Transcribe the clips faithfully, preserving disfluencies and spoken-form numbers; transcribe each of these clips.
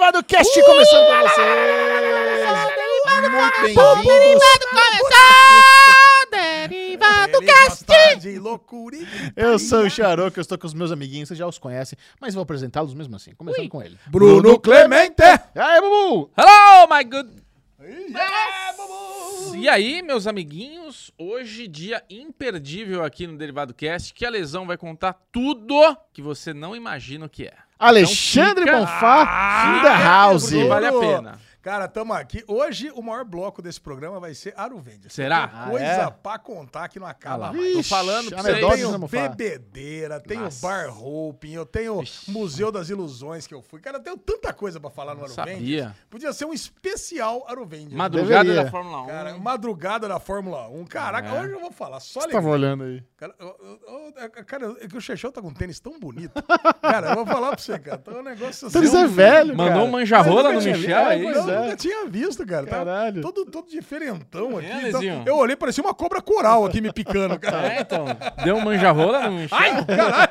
Derivado Cast uh! começando com vocês. Muito bem-vindos. Derivado começou. Derivado Cast. Eu sou o Xarô, que eu estou com os meus amiguinhos, vocês já os conhecem, mas vou apresentá-los mesmo assim, começando Ui. com ele. Bruno Clemente. E aí, Bubu? Hello, my good... Yes. E aí, meus amiguinhos, hoje dia imperdível aqui no Derivado Cast, que a Lesão vai contar tudo que você não imagina o que é. Alexandre então Bonfá, ah, da House. Bruno. Vale a pena. Cara, tamo aqui. Hoje, o maior bloco desse programa vai ser Aruvendia. Será? Tem coisa ah, é? pra contar que não acaba ah, mais. Tô falando pra Eu vocês. tenho bebedeira, tenho Nossa. bar hopping, eu tenho Ixi. Museu das Ilusões que eu fui. Cara, eu tenho tanta coisa pra falar no Aruvendia. Sabia. Podia ser um especial Aruvendia. Madrugada Deveria. da Fórmula um. Cara, madrugada da Fórmula um. Caraca, É. hoje eu vou falar só Você alegria. tava olhando aí. Cara, eu, eu, eu, cara, é que o Chechão tá com um tênis tão bonito. Cara, eu vou falar pra você, cara. Tá um negócio assim. Tênis é velho, Mandou cara. um manjarrola Eu no nunca tinha Michel, é visto, isso? não, é. nunca tinha visto, cara. Tá Caralho. todo, todo diferentão aqui. É, então, Lezinho? eu olhei, parecia uma cobra coral aqui me picando, cara. É, então. Deu um manjarrola no Michel. Ai, caralho.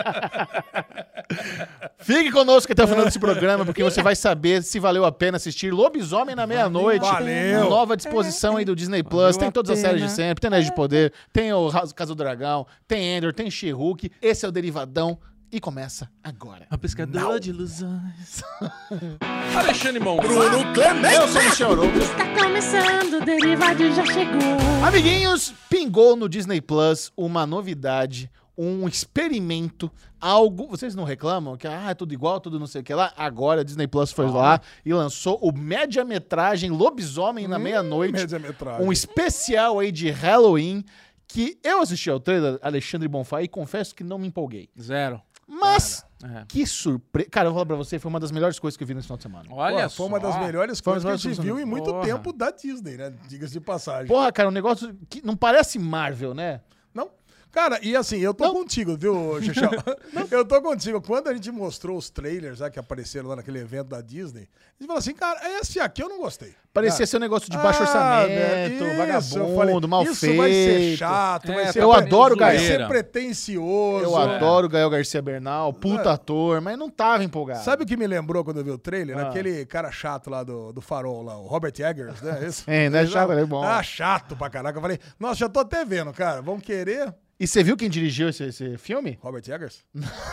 Fique conosco até o final desse programa, porque você vai saber se valeu a pena assistir Lobisomem na Meia-Noite. Valeu. Nova disposição aí do Disney Plus. Tem a todas as pena. séries de sempre. Tem Anéis de Poder, tem o House- Casa do Dragão, tem Ender, tem She-Hulk. Esse é o Derivadão e começa agora. A pescadora de ilusões. Alexandre Bonfá. Bruno Clemente. Eu sou o Michel Arouca. Está começando, o Derivado já chegou. Amiguinhos, pingou no Disney Plus uma novidade, um experimento, algo... Vocês não reclamam que ah, é tudo igual, tudo não sei o que lá? Agora a Disney Plus foi lá e lançou o média-metragem Lobisomem na Meia-Noite. Média-metragem. Um especial aí de Halloween que eu assisti ao trailer, Alexandre Bonfá, e confesso que não me empolguei. Zero. Mas, É. que surpresa... Cara, eu vou falar pra você, foi uma das melhores coisas que eu vi nesse final de semana. Olha Pô, só. foi uma das melhores Foi coisas uma que a das gente viu em muito Porra. tempo da Disney, né? Diga-se de passagem. Porra, cara, um negócio que não parece Marvel, né? Não? Cara, e assim, eu tô Não. contigo, viu, Xixão? Eu tô contigo. Quando a gente mostrou os trailers lá que apareceram lá naquele evento da Disney, a gente falou assim, cara, esse aqui eu não gostei. Parecia Cara, ser um negócio de baixo ah, orçamento, velho, isso, eu vagabundo, falei, mal isso feito. vai ser chato, É, vai tá ser... Eu adoro o Vai Gael. ser pretencioso. Eu É. adoro o Gael Garcia Bernal, puta ator, mas não tava empolgado. Sabe o que me lembrou quando eu vi o trailer? Ah. Aquele cara chato lá do, do Farol, lá, o Robert Eggers, né? Esse, É, não é chato, ele é bom. Ah, chato pra caraca. Eu falei, nossa, já tô até vendo, cara. Vão querer... E você viu quem dirigiu esse, esse filme? Robert Eggers?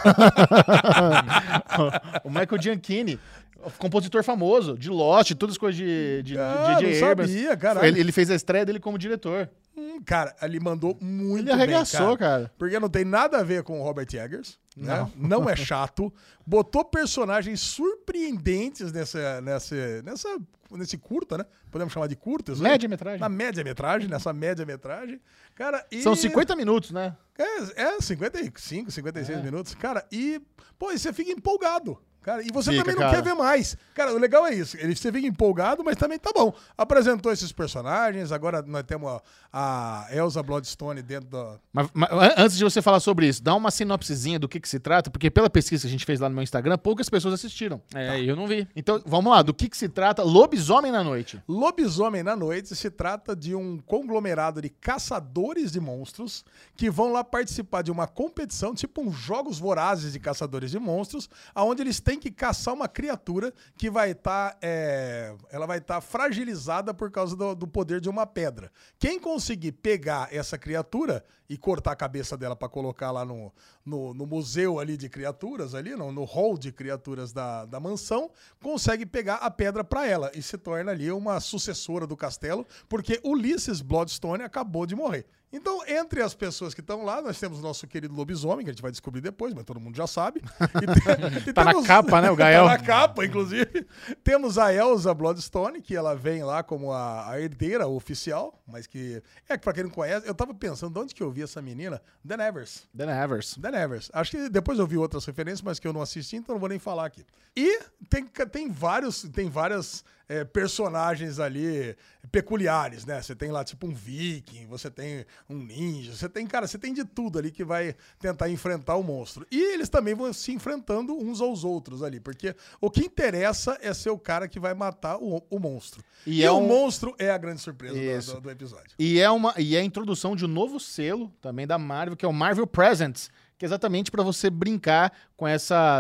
O Michael Giacchini, compositor famoso, de Lost, todas as coisas de de- de Ah, J J. não Abrams. sabia, caralho. Ele, ele fez a estreia dele como diretor. Hum, cara, ele mandou muito Ele arregaçou, bem, cara. Porque não tem nada a ver com o Robert Eggers, né? Não é chato. Botou personagens surpreendentes nessa, nessa, nessa, nesse curta, né? Podemos chamar de curtas, né? Média-metragem. Na média-metragem, nessa média-metragem. Cara, e... São cinquenta minutos, né? É, é cinquenta e cinco, cinquenta e seis É. minutos. Cara, e... Pô, e você fica empolgado. Cara, e você Fica, também não cara. quer ver mais. Cara, o legal é isso. Ele, você fica empolgado, mas também tá bom. Apresentou esses personagens. Agora nós temos a, a Elsa Bloodstone dentro da... Mas, mas antes de você falar sobre isso, dá uma sinopsezinha do que, que se trata, porque pela pesquisa que a gente fez lá no meu Instagram, poucas pessoas assistiram. É, eu não vi. Então, vamos lá, do que, que se trata Lobisomem na Noite? Lobisomem na Noite se trata de um conglomerado de caçadores de monstros que vão lá participar de uma competição, tipo uns jogos vorazes de caçadores de monstros, onde eles têm que caçar uma criatura que vai estar ela vai estar fragilizada por causa do, do poder de uma pedra. Quem conseguir pegar essa criatura e cortar a cabeça dela para colocar lá no, no, no museu ali de criaturas, ali no, no hall de criaturas da, da mansão, consegue pegar a pedra para ela e se torna ali uma sucessora do castelo, porque Ulysses Bloodstone acabou de morrer. Então, entre as pessoas que estão lá, nós temos o nosso querido lobisomem, que a gente vai descobrir depois, mas todo mundo já sabe. E te- e Tá na temos- capa, né, o Gael? Tá na capa, inclusive. Temos a Elsa Bloodstone, que ela vem lá como a, a herdeira oficial, mas que... É que pra quem não conhece, eu tava pensando, de onde que eu vi essa menina? Dan Evers. Dan Evers. Dan Evers. Acho que depois eu vi outras referências, mas que eu não assisti, então não vou nem falar aqui. E tem, tem vários, tem várias é, personagens ali peculiares, né? Você tem lá tipo um viking, você tem um ninja, você tem, cara, você tem de tudo ali que vai tentar enfrentar o monstro. E eles também vão se enfrentando uns aos outros ali, porque o que interessa é ser o cara que vai matar o, o monstro. E E, é o um- monstro é a grande surpresa do, Isso. do- do episódio. E é, uma, e é a introdução de um novo selo também da Marvel, que é o Marvel Presents, que é exatamente para você brincar com essas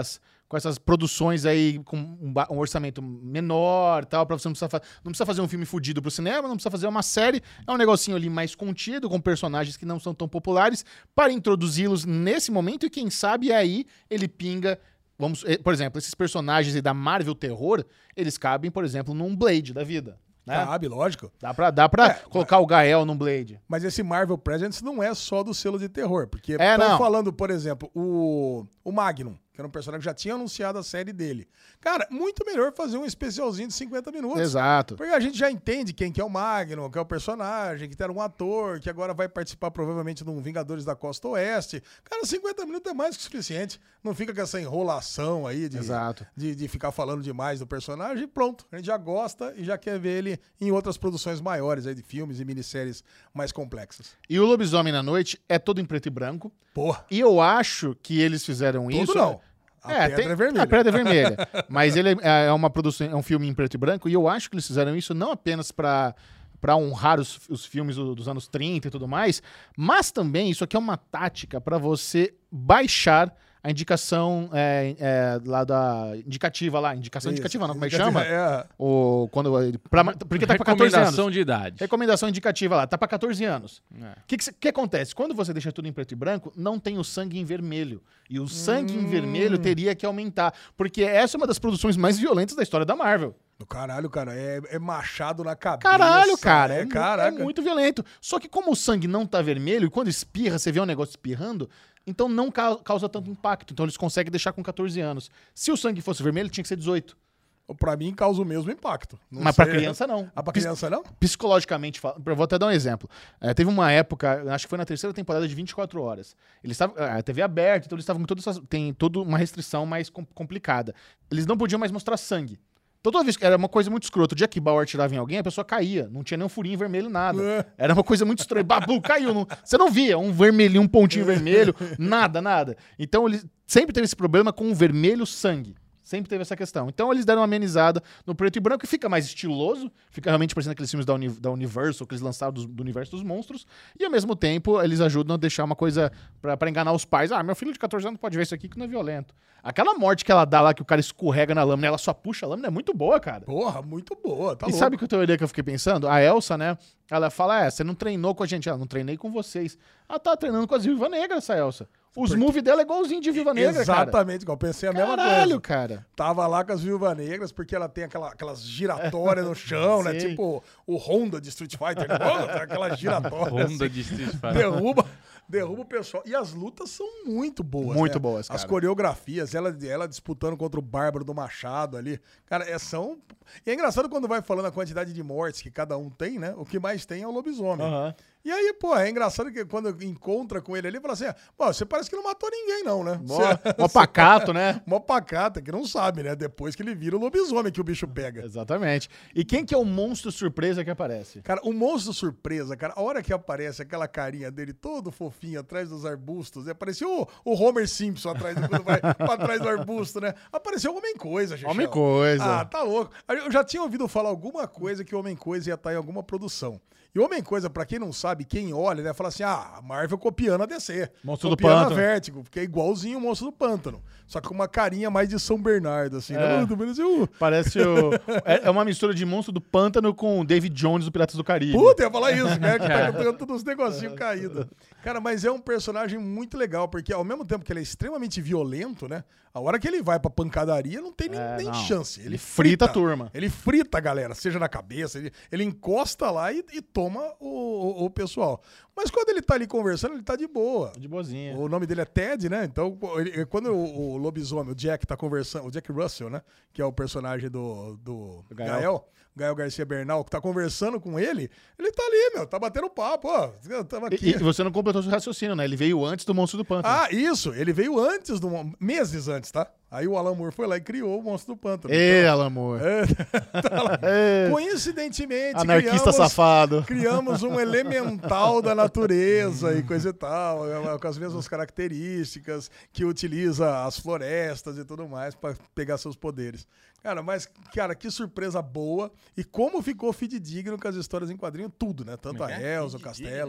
com essas produções aí com um, ba- um orçamento menor, tal, para você não precisar, fa- não precisa fazer um filme fudido pro cinema, não precisa fazer uma série, é um negocinho ali mais contido, com personagens que não são tão populares, para introduzi-los nesse momento e quem sabe aí ele pinga, vamos, eh, por exemplo, esses personagens aí da Marvel Terror, eles cabem, por exemplo, num Blade da vida, né? Sabe, lógico. Dá pra, dá pra É, colocar o Gael num Blade. Mas esse Marvel Presents não é só do selo de terror, porque É, estão não. falando, por exemplo, o, o Magnum, que era um personagem que já tinha anunciado a série dele. Cara, muito melhor fazer um especialzinho de cinquenta minutos. Exato. Porque a gente já entende quem que é o Magnum, que é o personagem, que era um ator, que agora vai participar provavelmente de um Vingadores da Costa Oeste. Cara, cinquenta minutos é mais que o suficiente. Não fica com essa enrolação aí de, Exato. de, de ficar falando demais do personagem e pronto. A gente já gosta e já quer ver ele em outras produções maiores aí de filmes e minisséries mais complexas. E o Lobisomem na Noite é todo em preto e branco. Porra, E eu acho que eles fizeram tudo isso. não. A É, pedra tem- é vermelha. A pedra é vermelha. Mas ele é, é uma produção, é um filme em preto e branco, e eu acho que eles fizeram isso não apenas para para honrar os, os filmes do- dos anos trinta e tudo mais, mas também isso aqui é uma tática para você baixar a indicação é, é, lá da indicativa lá, indicação Isso, indicativa não, como é que indicativa, chama? É, O, quando, ele- pra, porque tá pra catorze anos. Recomendação de idade. Recomendação indicativa lá, tá pra catorze anos. O É. que, que, cê- que acontece? Quando você deixa tudo em preto e branco, não tem o sangue em vermelho. E o sangue em vermelho teria que aumentar. Porque essa é uma das produções mais violentas da história da Marvel. do caralho, cara. É, é machado na cabeça. Caralho, cara. É, É, mu- caraca. é muito violento. Só que como o sangue não tá vermelho, e quando espirra, você vê um negócio espirrando, então não ca- causa tanto impacto. Então eles conseguem deixar com catorze anos. Se o sangue fosse vermelho, tinha que ser dezoito. Pra mim, causa o mesmo impacto. Não Mas pra sei. criança, não. Ah, pra Pis- criança, não? Psicologicamente, fal- eu vou até dar um exemplo. É, teve uma época, acho que foi na terceira temporada de vinte e quatro horas. Eles estavam, a T V aberta, então eles estavam com todas essas, tem toda uma restrição mais com- complicada. Eles não podiam mais mostrar sangue. Então, toda vez que era uma coisa muito escrota, o Jack Bauer tirava em alguém, a pessoa caía. Não tinha nem um furinho vermelho, nada. É. Era uma coisa muito estranha. Babu, caiu. Não- você não via um vermelhinho, um pontinho vermelho, nada, nada. Então, ele sempre teve esse problema com o vermelho sangue. Sempre teve essa questão. Então eles deram uma amenizada no preto e branco e fica mais estiloso, fica realmente parecendo aqueles filmes da, Uni da Universal que eles lançaram do, do universo dos monstros, e ao mesmo tempo eles ajudam a deixar uma coisa pra, pra enganar os pais. Ah, meu filho de catorze anos pode ver isso aqui que não é violento. Aquela morte que ela dá lá, que o cara escorrega na lâmina, ela só puxa a lâmina, é muito boa, cara. Porra, muito boa. Tá e louco. sabe que a teoria que eu fiquei pensando? A Elsa, né? Ela fala, é, você não treinou com a gente. Ela, não treinei com vocês. Ela tá treinando com as Viúva Negra, essa Elsa. Os Porque- movies dela é igualzinho de Viúva Negra, Exatamente, igual. Pensei a cara. mesma Caralho, coisa. cara. Tava lá com as Viúvas Negras, porque ela tem aquela, aquelas giratórias no chão, né? Sim. Tipo o Honda de Street Fighter. Né? Aquela giratória. Honda assim. de Street Fighter. Derruba, derruba o pessoal. E as lutas são muito boas. Muito né? boas, As cara. coreografias, ela, ela disputando contra o Bárbaro do Machado ali. Cara, é, são. E é engraçado quando vai falando a quantidade de mortes que cada um tem, né? O que mais tem é o lobisomem. Aham. E aí, pô, é engraçado que quando encontra com ele ali, fala assim: pô, você parece que não matou ninguém, não, né? Mó, Você- mó pacato, né? Mó pacata, que não sabe, né? Depois que ele vira o lobisomem que o bicho pega. Exatamente. E quem que é o monstro surpresa que aparece? Cara, o monstro surpresa, cara, a hora que aparece aquela carinha dele todo fofinho atrás dos arbustos, né? Parecia o, o Homer Simpson atrás, quando vai pra trás do arbusto, né? Apareceu o Homem-Coisa, gente. Homem-Coisa. Ah, tá louco. Eu já tinha ouvido falar alguma coisa que o Homem-Coisa ia estar em alguma produção. E o Homem-Coisa, pra quem não sabe, quem olha, né? Fala assim, ah, a Marvel copiando a D C. Monstro do copiando Pântano. a Vertigo, porque é igualzinho o Monstro do Pântano. Só que com uma carinha mais de São Bernardo, assim. É. Né? Parecia o... Parece o. É, é uma mistura de monstro do pântano com o David Jones do Piratas do Caribe. Puta, ia falar isso, né? Que tá com todos os negocinhos caídos. Cara, mas é um personagem muito legal, porque ao mesmo tempo que ele é extremamente violento, né? A hora que ele vai pra pancadaria, não tem nem, É, nem não. chance. Ele, Ele frita a turma. Ele frita a galera, seja na cabeça, ele, ele encosta lá e, e toma o, o, o pessoal. Mas quando ele tá ali conversando, ele tá de boa. De boazinha. O nome dele é Ted, né? Então, pô, ele- quando o, o lobisomem, o Jack, tá conversando, o Jack Russell, né? Que é o personagem do, do Do Gael. Gael, Gael Garcia Bernal, que tá conversando com ele, ele tá ali, meu, tá batendo papo, ó. Tava aqui. E, e você não completou seu raciocínio, né? Ele veio antes do monstro do pântano. Ah, isso, ele veio antes do. mon- meses antes, tá? Aí o Alan Moore foi lá e criou o Monstro do Pântano. Ê, amor. É, tá lá. Ê, Coincidentemente, anarquista criamos, safado. criamos um elemental da natureza e coisa e tal, é, com as mesmas características, que utiliza as florestas e tudo mais para pegar seus poderes. Cara, mas, cara, que surpresa boa. E como ficou fidedigno com as histórias em quadrinho, tudo, né? Tanto Como é a que é? Elsa, o Fidedigno? Castelo.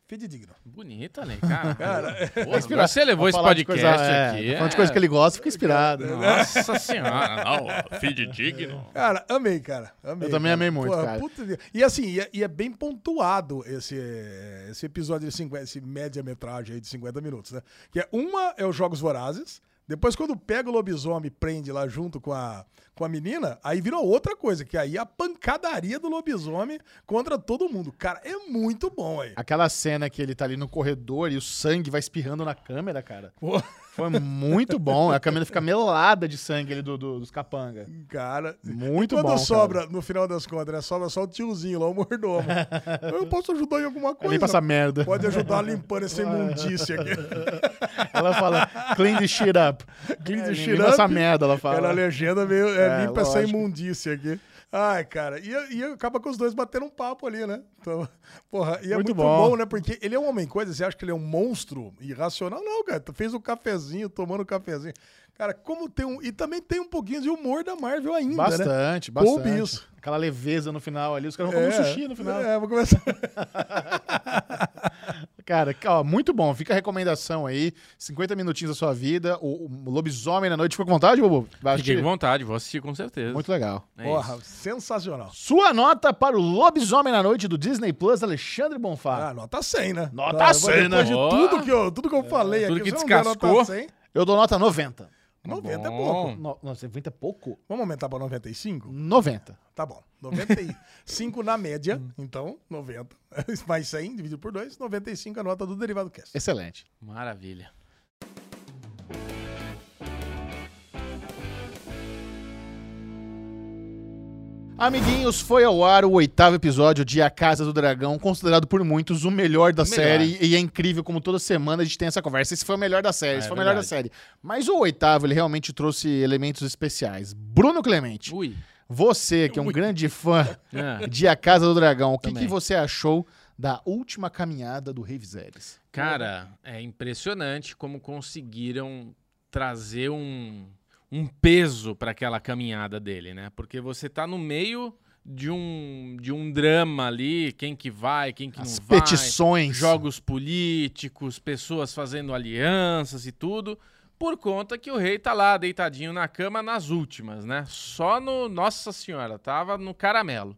Fidedigno. Bonita, né, cara? Cara, Pô, agora você levou esse podcast coisa, é, aqui. Falando de coisa que ele gosta, fica inspirado. Nossa senhora, não, fidedigno. Cara, amei, cara. Amei, Eu também cara. amei muito, Porra, cara. puta de- E assim, e é, e é bem pontuado esse, esse episódio de cinquenta, esse média-metragem aí de cinquenta minutos, né? Que é uma é os Jogos Vorazes, depois quando pega o lobisomem e prende lá junto com a, com a menina, aí virou outra coisa, que aí é a pancadaria do lobisomem contra todo mundo. Cara, é muito bom aí. Aquela cena que ele tá ali no corredor e o sangue vai espirrando na câmera, cara. Pô, Foi muito bom. A câmera fica melada de sangue ali do, do- dos capanga. cara, Muito e quando bom, sobra, cara. no final das contas, né, sobra só o tiozinho lá, o mordomo. Eu posso ajudar em alguma coisa? Limpa essa merda. Pode ajudar limpando essa imundícia aqui. Ela fala, clean the shit up. Clean the É, shit limpa up. essa merda, ela É na fala. legenda meio é, É, limpa essa lógico. imundícia aqui. Ai, cara, e, e acaba com os dois batendo um papo ali, né? Então, porra, e é Muito muito, bom. bom. né? Porque ele é um homem-coisa, você acha que ele é um monstro irracional? Não, cara, tu fez um cafezinho, tomando um cafezinho. Cara, como tem um... E também tem um pouquinho de humor da Marvel ainda, né? Bastante, Coube bastante. isso. Aquela leveza no final ali. Os caras vão comer um sushi no final. É, vou começar... Cara, ó, muito bom. Fica a recomendação aí. cinquenta minutinhos da sua vida. O, o Lobisomem na Noite. Ficou com vontade, Bubu? Vai Fiquei assistir? com vontade, vou assistir com certeza. Muito legal. É Porra, isso. sensacional. Sua nota para o Lobisomem na Noite do Disney Plus, Alexandre Bonfá. Ah, nota cem, né? Nota Tá, cem, né? Depois de Ó. tudo que eu, tudo que eu falei tudo aqui, que você não deu descascou. nota cem? Eu dou nota noventa. noventa é bom. pouco. No, nossa, noventa é pouco? Vamos aumentar pra noventa e cinco? noventa. Tá bom. noventa e cinco na média, então noventa. Mais cem dividido por dois, noventa e cinco a nota do Derivado Cast. Excelente. Maravilha. Amiguinhos, foi ao ar o oitavo episódio de A Casa do Dragão, considerado por muitos o melhor da Melhor. série, e é incrível como toda semana a gente tem essa conversa. Esse foi o melhor da série, É, esse foi o é melhor da verdade. série. Mas o oitavo, ele realmente trouxe elementos especiais. Bruno Clemente, Ui. você que é um Ui. grande fã É. de A Casa do Dragão, o que, Também. que você achou da última caminhada do Rei Viserys? Cara, é impressionante como conseguiram trazer um, um peso para aquela caminhada dele, né? Porque você tá no meio de um, de um drama ali, quem que vai, quem que As não vai, petições. jogos políticos, pessoas fazendo alianças e tudo, por conta que o rei tá lá deitadinho na cama nas últimas, né? Só no... Nossa Senhora, tava no caramelo.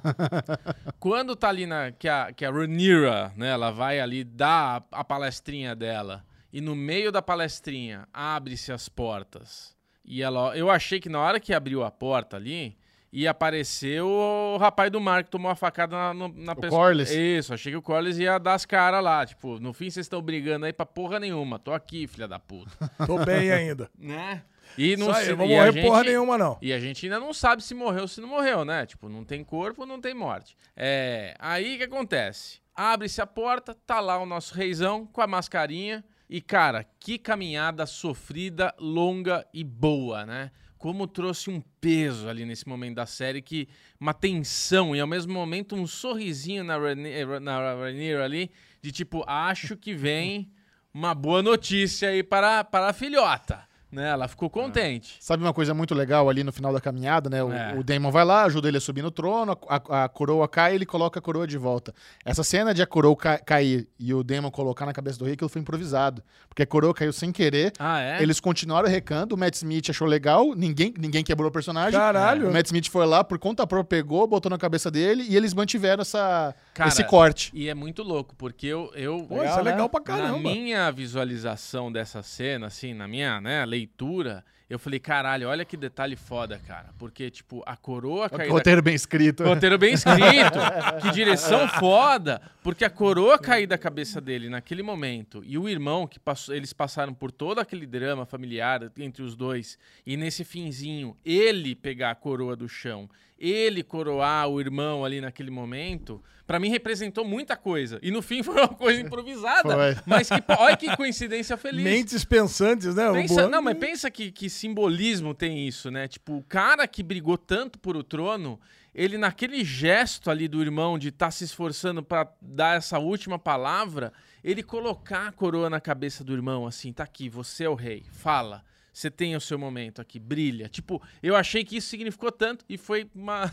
Quando tá ali na... Que a, que a Rhaenyra, né? Ela vai ali dar a, a palestrinha dela e no meio da palestrinha abre-se as portas e ela... Eu achei que na hora que abriu a porta ali ia aparecer o rapaz do mar que tomou a facada na, no- na pessoa. Corlys. Isso, achei que o Corlys ia dar as caras lá. Tipo, no fim vocês estão brigando aí pra porra nenhuma. Tô aqui, filha da puta. Tô bem ainda. Né? E não Isso aí, sei- não vou e a morrer gente- porra nenhuma, não. E a gente ainda não sabe se morreu ou se não morreu, né? Tipo, não tem corpo, não tem morte. É, aí o que acontece? Abre-se a porta, tá lá o nosso reizão com a mascarinha. E, cara, que caminhada sofrida, longa e boa, né? Como trouxe um peso ali nesse momento da série, que uma tensão e ao mesmo momento um sorrisinho na Rhaenyra na Rhaenyra ali, de tipo, acho que vem uma boa notícia aí para, para a filhota, né? Ela ficou contente. Sabe uma coisa muito legal ali no final da caminhada, né? O, É. o Daemon vai lá, ajuda ele a subir no trono, a, a- a coroa cai e ele coloca a coroa de volta. Essa cena de a coroa ca- cair e o Daemon colocar na cabeça do rei, aquilo foi improvisado. Porque a coroa caiu sem querer, Ah, é? eles continuaram recando, o Matt Smith achou legal, ninguém, ninguém quebrou o personagem. Caralho. O Matt Smith foi lá, por conta própria, pegou, botou na cabeça dele e eles mantiveram essa, Cara, esse corte. E é muito louco, porque eu... eu Pô, isso é né? legal pra na caramba. minha visualização dessa cena, assim, na minha, né, leitura, eu falei, caralho, olha que detalhe foda, cara. Porque, tipo, a coroa cair da Roteiro bem escrito. Roteiro bem escrito. Que direção foda. Porque a coroa cair da cabeça dele naquele momento e o irmão, que passou, eles passaram por todo aquele drama familiar entre os dois, e nesse finzinho, ele pegar a coroa do chão, ele coroar o irmão ali naquele momento, pra mim representou muita coisa. E no fim foi uma coisa improvisada. Foi. Mas que, olha que coincidência feliz. Mentes pensantes, né? O Pensa, boa- não, mas pensa que, que simbolismo tem isso, né? Tipo, o cara que brigou tanto por o trono, ele naquele gesto ali do irmão de estar se esforçando pra dar essa última palavra, ele colocar a coroa na cabeça do irmão, assim, tá aqui, você é o rei, fala, você tem o seu momento aqui, brilha. Tipo, eu achei que isso significou tanto e foi uma...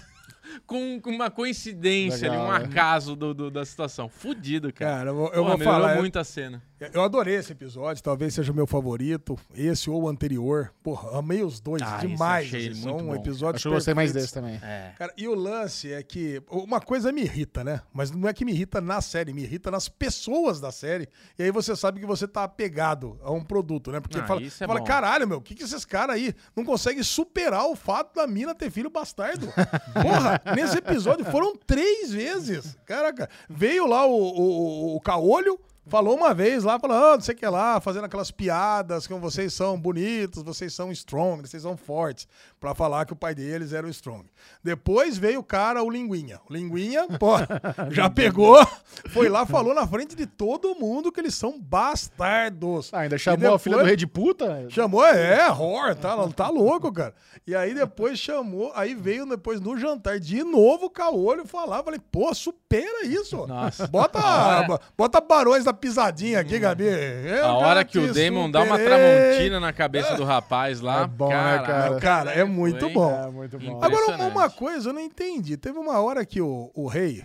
com, com uma coincidência Legal, ali, um né? acaso do, do- da situação. Fudido, cara. Cara, eu, vou- eu Porra, vou melhorou falar. Eu, muito a cena. eu adorei esse episódio, talvez seja o meu favorito. Esse ou o anterior. Porra, amei os dois Ah, esse demais. achei assim, muito são bom. episódios Acho que eu gostei mais perfeitos. desse também. É. Cara, e o lance é que uma coisa me irrita, né? Mas não é que me irrita na série, me irrita nas pessoas da série. E aí você sabe que você tá apegado a um produto, né? Porque Ah, fala, isso é fala bom. caralho, meu, o que, que esses caras aí não conseguem superar o fato da mina ter filho bastardo? Porra, nesse episódio foram três vezes. Caraca, veio lá o, o, o, o Caolho. Falou uma vez lá, falou, ah, não sei o que lá, fazendo aquelas piadas que vocês são bonitos, vocês são strong, vocês são fortes, pra falar que o pai deles era o strong. Depois veio o cara, o Linguinha. O Linguinha, pô, já pegou, foi lá, falou na frente de todo mundo que eles são bastardos. Ah, ainda E chamou a depois- filha do rei de puta? Chamou, é, horror, tá, tá louco, cara. E aí depois chamou, aí veio depois no jantar de novo o Caolho falar, falei, pô, supera isso. Nossa. Bota, hora- bota Barões da Pisadinha aqui, Gabi. Eu A hora já que o te Damon dá uma superei. tramontina na cabeça do rapaz lá. É bom, né, cara? cara? Cara, é muito Foi. bom. É, muito bom. Agora, Impressionante. uma coisa eu não entendi. Teve uma hora que o, o rei,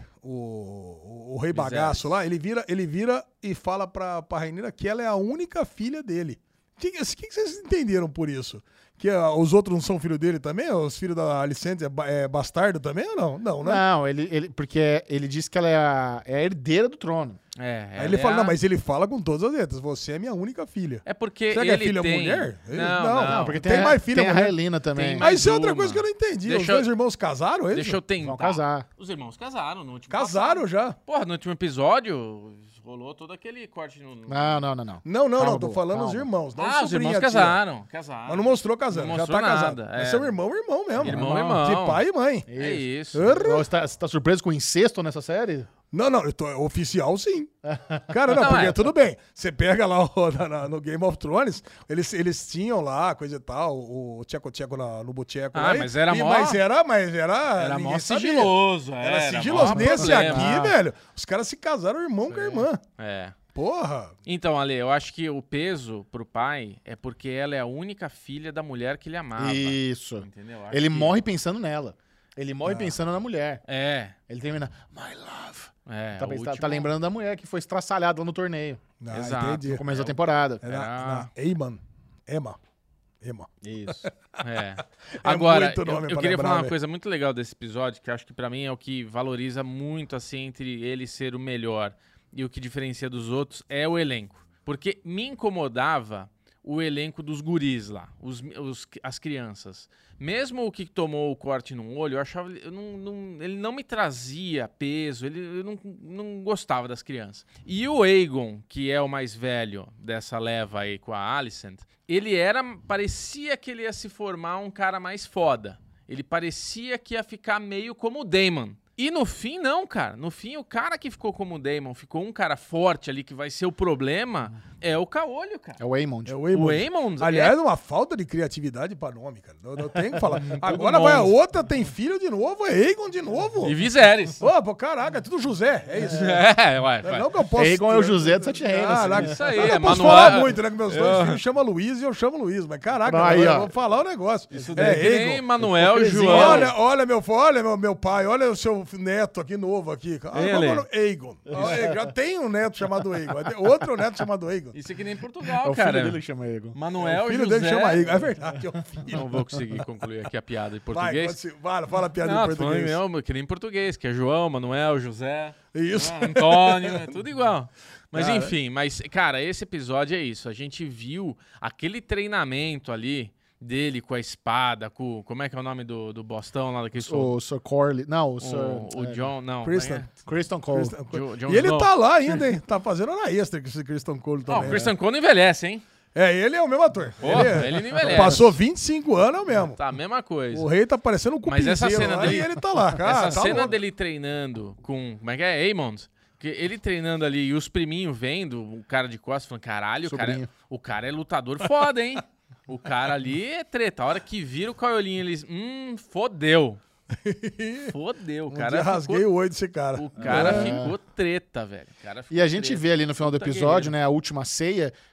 o, o rei bagaço lá, ele vira, ele vira e fala pra, pra Rainira que ela é a única filha dele. O que, que, que vocês entenderam por isso? Que ah, os outros não são filho dele também? Os filhos da Alicente é, ba- é bastardo também ou não? Não, né? Não, ele, ele, porque ele disse que ela é a, é a herdeira do trono. É, Aí ela ele é fala, a- não, mas ele fala com todas as letras. Você é minha única filha. É porque Será que é ele filha tem... mulher? Não, Não, não, Não, porque Tem tem, a- mais filha, tem a mulher? Raelina também. Tem Mas mais isso é outra uma. coisa que eu não entendi. Os Deixa eu- dois irmãos casaram, é Deixa isso? eu tentar. Vão casar. Os irmãos casaram no último Casaram passado. já. Porra, no último episódio rolou todo aquele corte no... Não, não, não, não. Não, não, Calma, não. Tô Boa, falando os calma. irmãos. Não Ah, os sobrinha, irmãos tia. casaram. Casaram. Mas não mostrou casando, Não já tá mostrou casado. nada, Mas é. são irmão, irmão mesmo. Irmão, irmão. De pai e mãe. É isso. Erra. Você tá, você tá surpreso com incesto nessa série? Não, não, eu tô, oficial sim. Cara, não, Não, porque é. tudo bem. Você pega lá o- na- na- no Game of Thrones, eles, eles tinham lá, coisa e tal, o Tcheco Tcheco na- no Boteco. Ah, lá, e- mas era e, mó- Mas era, mas era. Era ninguém mó sabia. sigiloso. Era Era sigiloso. mó Nesse problema. aqui, velho, os caras se casaram irmão com a irmã. É. Porra. Então, Ale, eu acho que o peso pro pai é porque ela é a única filha da mulher que ele amava. Isso. Entendeu? Acho Ele que- morre pensando nela. Ele Ah. morre pensando na mulher. É. Ele termina, my love. É, tá, o tá- último- tá lembrando da mulher que foi estraçalhada lá no torneio. Ah, Exato. entendi. No começo É da o- temporada. É na, Era- na Eyman. Emma. Emma. Isso. É. Agora, muito eu, nome eu pra queria lembrar, falar uma velho. coisa muito legal desse episódio, que eu acho que pra mim é o que valoriza muito, assim, entre ele ser o melhor e o que diferencia dos outros, é o elenco. Porque me incomodava o elenco dos guris lá, os, os- as crianças. Mesmo o que tomou o corte no olho, eu achava, eu não, não- ele não me trazia peso, ele, eu não, não gostava das crianças. E o Aegon, que é o mais velho dessa leva aí com a Alicent, ele era, parecia que ele ia se formar um cara mais foda. Ele parecia que ia ficar meio como o Daemon. E no fim, não, cara. No fim, o cara que ficou como o Daemon, ficou um cara forte ali que vai ser o problema, é o Caolho, cara. É o Aemond. É o O Aemon. Aemon Aliás, uma falta de criatividade pra nome, cara. Eu, eu tenho que falar. Tudo Agora vai a monstro. outra, tem filho de novo, é Aegon de novo. E Viserys. Ô, pô, caraca, é tudo José, é isso. É, ué, Não, ué. não que eu posso... Aegon é o José de Sete Reinos. Caraca, Isso aí, eu não é posso Manuel- falar muito, né? Que meus dois Eu- filhos chamam Luiz e eu chamo Luiz. Mas caraca, Não, aí, eu, ó. eu vou falar um negócio. Isso é, daí que nem Aegon. Manuel e Hipocrisia. João. Olha, olha, meu, olha meu, meu pai, olha o seu neto aqui novo aqui. Ah, Ele. vamos no Aegon. Ah, é, já tem um neto chamado Aegon. vai ter Outro neto chamado Aegon. Isso aqui nem É Portugal, o filho cara. dele que chama Aegon. Manuel o filho José... dele chama Aegon. É verdade, é o filho. Não vou conseguir concluir aqui a piada em Vai, português. pode ser. Vai, fala a piada Não, em tô falando português. meu, que nem em português, que é João, Manuel, José, Isso. ah, Antônio, é tudo igual. Mas Cara. enfim, mas, cara, esse episódio é isso. A gente viu aquele treinamento ali dele com a espada, com... Como é que é o nome do, do bostão lá daquele sol? O Sir Corley. Não, o Sir... O, o é, John, não. Kristen. como é que Kristen Cole. Christian Cole. Jo- Jon E ele Snow. tá lá ainda, hein? Tá fazendo hora extra com esse Christian Cole é? também. Ó, o Christian né? Cole não envelhece, hein? É, ele é o mesmo ator. Porra, ele não envelhece. Passou vinte e cinco anos, é o mesmo. Tá, a mesma coisa. O rei tá parecendo um Mas essa cupinzeiro cena lá dele- e ele tá lá. Cara, Essa tá cena louco. dele treinando com... Como é que é? Aemond. Que ele treinando ali e os priminhos vendo, o cara de costas falando, caralho, o cara, é, Sobrinho. o cara é lutador foda, hein? O cara ali é treta. A hora que vira o Caiolinho, eles... Hum, fodeu. Fodeu. O Um cara dia rasguei ficou, o olho desse cara. o cara É. ficou treta, velho. O cara ficou E a gente treta. vê ali no final do Puta episódio, guerreiro. né, a última ceia,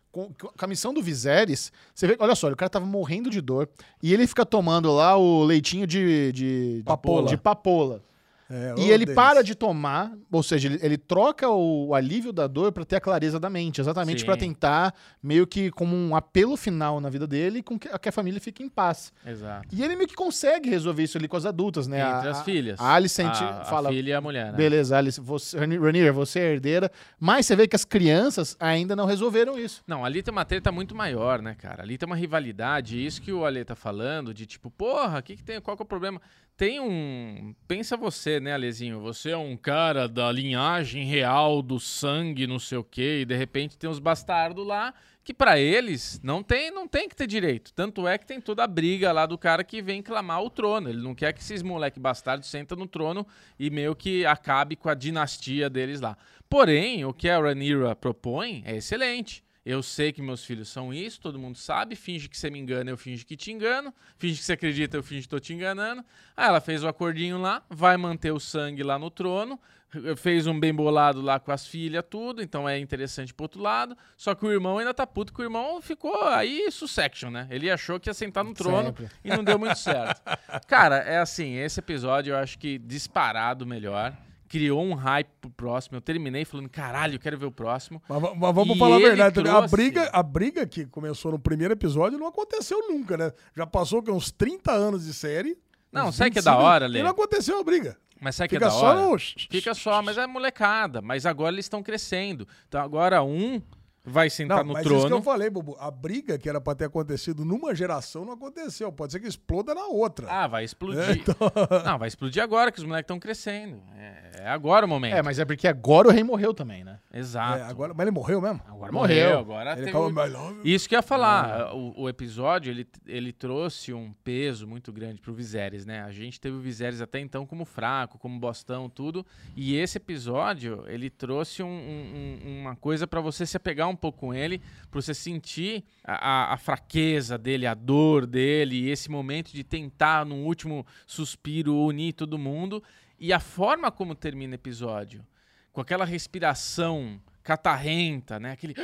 Com, com a missão do Viserys, você vê, olha só, o cara tava morrendo de dor e ele fica tomando lá o leitinho de, de, Papoula. de papoula. É, E ô, ele Denis. para de tomar, ou seja, ele, ele troca o, o alívio da dor pra ter a clareza da mente, exatamente Sim. pra tentar, meio que como um apelo final na vida dele, com que, que a família fique em paz. Exato. E ele meio que consegue resolver isso ali com as adultas, né? Entre a, as filhas. A Alicent a, fala, a filha e a mulher, né? beleza, Alice, você, Rhaenyra, você é herdeira, mas você vê que as crianças ainda não resolveram isso. Não, ali tem uma treta muito maior, né, cara? Ali tem uma rivalidade, isso que o Ale tá falando, de tipo, porra, o que que tem, qual que é o problema? Tem um... Pensa você, né, Alezinho? Você é um cara da linhagem real, do sangue, não sei o quê, e de repente tem os bastardos lá, que pra eles não tem, não tem que ter direito. Tanto é que tem toda a briga lá do cara que vem clamar o trono. Ele não quer que esses moleque bastardos sentam no trono e meio que acabe com a dinastia deles lá. Porém, o que a Rhaenyra propõe é excelente. Eu sei que meus filhos são isso, todo mundo sabe. Finge que você me engana, eu finge que te engano. Finge que você acredita, eu finge que tô te enganando. Aí ela fez o acordinho lá, vai manter o sangue lá no trono. Fez um bem bolado lá com as filhas, tudo. Então é interessante pro outro lado. Só que o irmão ainda tá puto, que o irmão ficou aí sussection, né? Ele achou que ia sentar no trono Sempre. e não deu muito certo. Cara, é assim, esse episódio eu acho que disparado melhor. Criou um hype pro próximo. Eu terminei falando, caralho, eu quero ver o próximo. Mas, mas vamos E falar a ele verdade também. A trouxe- briga, a briga que começou no primeiro episódio não aconteceu nunca, né? Já passou que, uns trinta anos de série. Não, uns sabe que é vinte e cinco, da hora, Lê? E não aconteceu a briga. Mas sabe que é Fica da só hora? no... Fica só, mas é molecada. Mas agora eles estão crescendo. Então agora um vai sentar Não, no mas isso que eu trono. falei, Bubu. A briga que era pra ter acontecido numa geração não aconteceu. Pode ser que exploda na outra. Ah, vai explodir. É, então- Não, vai explodir agora, que os moleques estão crescendo. É, é agora o momento. É, mas é porque agora o rei morreu também, né? Exato. É, agora, mas ele morreu mesmo? Agora morreu. morreu. Agora Ele teve acaba... o- My love. Isso que eu ia falar, o, o episódio, ele, ele trouxe um peso muito grande pro Viserys, né? A gente teve o Viserys até então como fraco, como bostão, tudo, e esse episódio, ele trouxe um- um- um- uma coisa pra você se apegar um pouco com ele, pra você sentir a, a- a fraqueza dele, a dor dele, e esse momento de tentar, no último suspiro, unir todo mundo, e a forma como termina o episódio, com aquela respiração catarrenta, né? Aquele...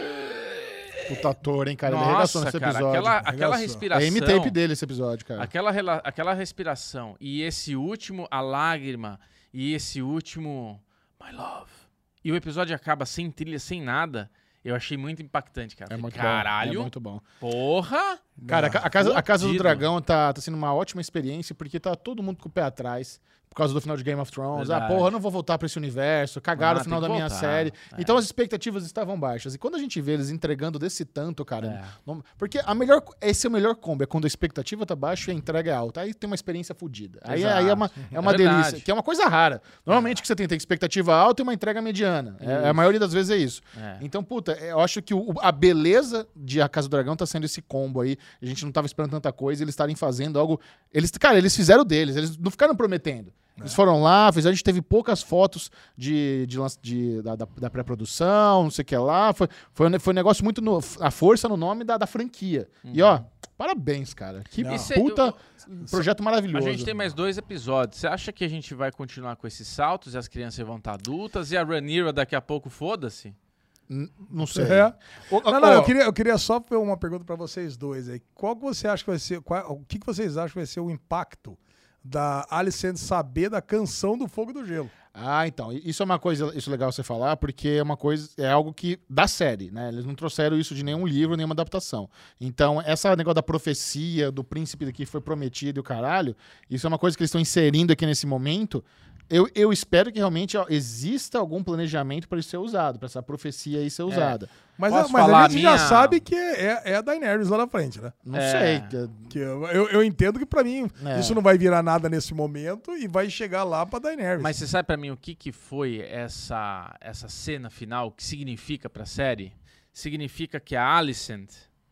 Puta ator, hein, cara? Ele arregaçou Nossa, nesse cara, episódio. aquela, aquela Arregaçou. respiração. É M-tape dele esse episódio, cara. Aquela, rela- aquela respiração e esse último, a lágrima, e esse último, my love. E o episódio acaba sem trilha, sem nada. Eu achei muito impactante, cara. É Falei, muito caralho, bom. É muito bom. porra! Cara, a ca- a casa, a casa do Fudido. Dragão tá, tá sendo uma ótima experiência porque tá todo mundo com o pé atrás. Por causa do final de Game of Thrones. Verdade. Ah, porra, eu não vou voltar pra esse universo. Cagaram Ah, o final da tem que minha voltar, série. é. Então as expectativas estavam baixas. E quando a gente vê eles entregando desse tanto, cara. É. não- porque a melhor, esse é o melhor combo. É quando a expectativa tá baixa e a entrega é alta. Aí tem uma experiência fodida. Aí, Exato. aí é uma, é uma É verdade. delícia. Que é uma coisa rara. Normalmente o que você tem, tem expectativa alta e uma entrega mediana. É, a maioria das vezes é isso. É. Então, puta, eu acho que o- a beleza de A Casa do Dragão tá sendo esse combo aí. A gente não tava esperando tanta coisa, eles estarem fazendo algo. Eles, cara, eles fizeram deles, eles não ficaram prometendo. Eles foram lá, fizeram, a gente teve poucas fotos de, de, lan- de- da, da- da pré-produção, não sei o que lá. Foi, foi, um ne- foi um negócio muito. No, a força no nome da, da franquia. E ó, parabéns, cara. Que Não. E cê- puta eu- projeto A maravilhoso. gente tem mais dois episódios. Você acha que a gente vai continuar com esses saltos e as crianças vão estar adultas e a Rhaenyra daqui a pouco foda-se? N- Não sei. É. Ô, Não, ó, não, eu queria, eu queria só fazer uma pergunta pra vocês dois aí. Qual que você acha que vai ser, qual- o que, que vocês acham que vai ser o impacto da Alicent saber da canção do Fogo e do Gelo? Ah, então, isso é uma coisa, isso é legal você falar, porque é uma coisa, é algo que da série, né? Eles não trouxeram isso de nenhum livro, nenhuma adaptação. Então, essa negócio da profecia, do príncipe que foi prometido e o caralho, isso é uma coisa que eles estão inserindo aqui nesse momento. Eu, eu espero que realmente ó, exista algum planejamento para isso ser usado, para essa profecia aí ser usada. Mas, Posso a, mas falar a a gente minha- já sabe que é, é a Daenerys lá na frente, né? Não É. sei. que- Que eu, eu, eu entendo que pra mim É. isso não vai virar nada nesse momento e vai chegar lá pra Daenerys. Mas você sabe pra mim o que, que foi essa, essa cena final? O que significa pra série? Significa que a Alicent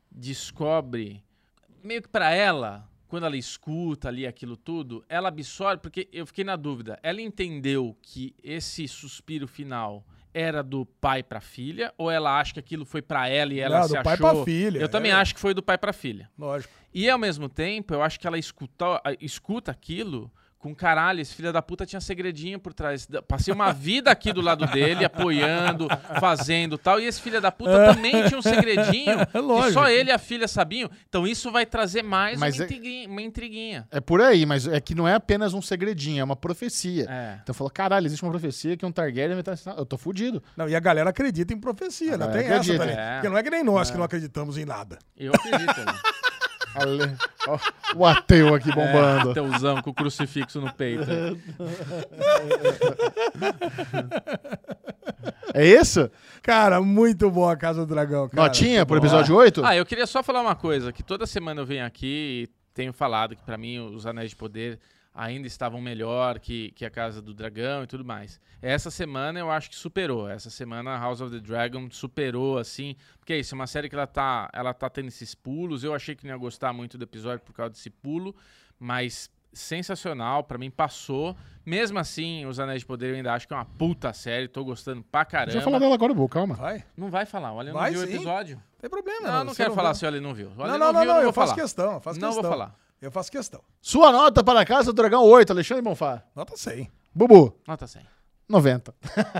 descobre, meio que pra ela, quando ela escuta ali aquilo tudo, ela absorve, porque eu fiquei na dúvida, ela entendeu que esse suspiro final era do pai pra filha, ou ela acha que aquilo foi pra ela e ela Não, se do pai achou... pra filha, Eu também é. acho que foi do pai pra filha. Lógico. E ao mesmo tempo, eu acho que ela escuta, escuta aquilo com caralho, esse filho da puta tinha segredinho por trás. Passei uma vida aqui do lado dele, apoiando, fazendo tal. E esse filho da puta também tinha um segredinho É que lógico. só ele e a filha sabiam. Então isso vai trazer mais Mas uma, é- intriguinha, uma intriguinha. É por aí, mas é que não é apenas um segredinho, é uma profecia. É. Então falou, caralho, existe uma profecia que um Targaryen vai estar... Eu tô fudido. Não, e a galera acredita em profecia, A né? galera Tem essa acredita. também. É. Porque não é que nem nós que não acreditamos em nada. Eu acredito. Né? Ale- Ó, o ateu aqui bombando. É, teuzão com o crucifixo no peito. É isso? Cara, muito bom a Casa do Dragão, cara. Notinha pro episódio oito? Ah, eu queria só falar uma coisa, que toda semana eu venho aqui e tenho falado que pra mim os Anéis de Poder ainda estavam melhor que, que a Casa do Dragão e tudo mais. Essa semana eu acho que superou. Essa semana House of the Dragon superou, assim, porque é isso, é uma série que ela tá, ela tá tendo esses pulos. Eu achei que não ia gostar muito do episódio por causa desse pulo, mas sensacional, pra mim passou. Mesmo assim, Os Anéis de Poder eu ainda acho que é uma puta série, tô gostando pra caramba. Já falar dela agora, Bu, calma. Vai. Não vai falar, olha, eu não Vai viu o sim. episódio. Tem problema. Não, não você quero falar viu. se olha não viu. Olha, Não, não, não, viu, não, vou eu faço falar. questão, eu faço Não questão. vou falar. Eu faço questão. Sua nota para a Casa do Dragão oito, Alexandre Bonfá. Nota cem. Bubu, Nota cem. noventa.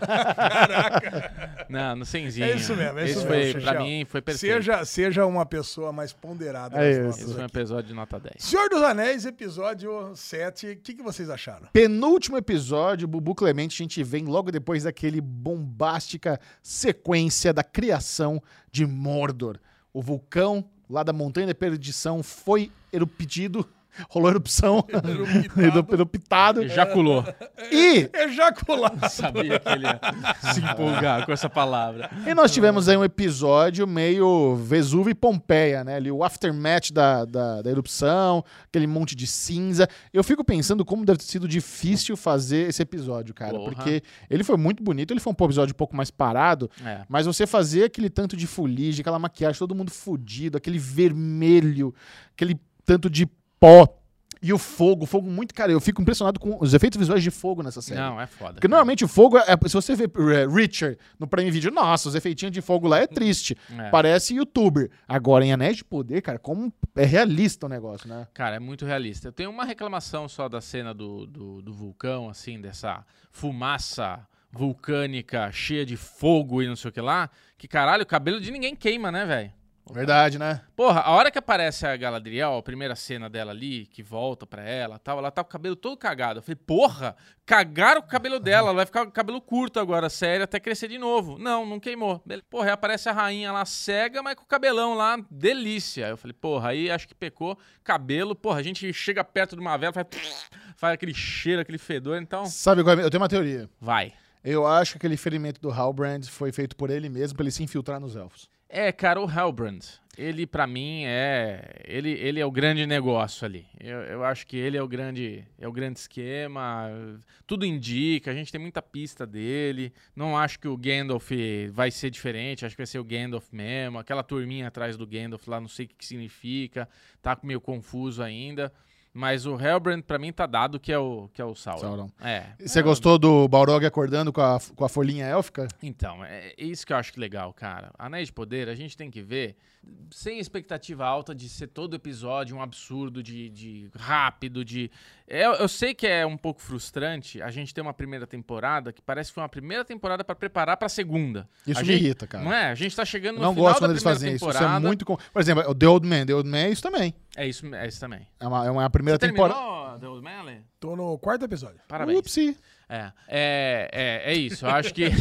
Não, no cenzinho. É isso mesmo, é isso Esse mesmo, foi, pra Chechel. mim, foi perfeito. Seja, seja uma pessoa mais ponderada. É nas isso. notas Esse foi um aqui. episódio de nota dez. Senhor dos Anéis, episódio sete. O que, que vocês acharam? Penúltimo episódio, Bubu Clemente, a gente vem logo depois daquele bombástica sequência da criação de Mordor. O vulcão lá da Montanha da Perdição foi eruptido, rolou erupção, Eruptado. eruptado. Ejaculou. E, Ejaculado. Sabia que ele ia se empolgar com essa palavra. e nós tivemos aí um episódio meio Vesúvio e Pompeia, né? Ali, o aftermath da, da, da erupção, aquele monte de cinza. Eu fico pensando como deve ter sido difícil fazer esse episódio, cara. Porra. Porque ele foi muito bonito, ele foi um episódio um pouco mais parado, É. mas você fazer aquele tanto de fuligem, aquela maquiagem, todo mundo fudido, aquele vermelho, aquele tanto de pó e o fogo, fogo muito, cara, eu fico impressionado com os efeitos visuais de fogo nessa série. Não, é foda. Porque normalmente o fogo, é, se você vê é, Richard no Prime Video, nossa, os efeitinhos de fogo lá é triste. É. Parece youtuber. Agora, em Anéis de Poder, cara, como é realista o negócio, né? Cara, é muito realista. Eu tenho uma reclamação só da cena do, do, do vulcão, assim, dessa fumaça vulcânica cheia de fogo e não sei o que lá, que caralho, o cabelo de ninguém queima, né, velho? Verdade, né? Porra, a hora que aparece a Galadriel, a primeira cena dela ali, que volta pra ela tal, ela tá com o cabelo todo cagado. Eu falei, porra, cagaram o cabelo dela, ela vai ficar com o cabelo curto agora, sério, até crescer de novo. Não, não queimou. Beleza. Porra, aí aparece a rainha lá cega, mas com o cabelão lá, delícia. Eu falei, porra, aí acho que pecou. Cabelo, porra, a gente chega perto de uma vela, faz, faz aquele cheiro, aquele fedor, então Sabe qual é? Eu tenho uma teoria. vai. Eu acho que aquele ferimento do Halbrand foi feito por ele mesmo, pra ele se infiltrar nos elfos. É, cara, o Halbrand, ele pra mim é, ele, ele é o grande negócio ali. Eu, eu acho que ele é o grande, é o grande esquema. Tudo indica, a gente tem muita pista dele. Não acho que o Gandalf vai ser diferente, acho que vai ser o Gandalf mesmo. Aquela turminha atrás do Gandalf lá, não sei o que, que significa, tá meio confuso ainda. Mas o Halbrand, pra mim, tá dado que é o, que é o Sauron. Sauron. É. Você gostou do Balrog acordando com a, com a folhinha élfica? Então, é isso que eu acho que legal, cara. Anéis de Poder, a gente tem que ver sem expectativa alta de ser todo episódio um absurdo, de, de rápido, de... Eu, eu sei que é um pouco frustrante a gente ter uma primeira temporada que parece que foi uma primeira temporada pra preparar pra segunda. Isso A me gente- irrita, cara. Não é? A gente tá chegando Eu no não final gosto da quando eles primeira fazem isso. Isso temporada. é muito... com- Por exemplo, o The Old Man. The Old Man é isso também. É isso, é isso também. É uma, é uma primeira Você temporada... terminou, The Old Man, Ale? Tô no quarto episódio. Parabéns. Upsi. É, é, é, é isso. Eu acho que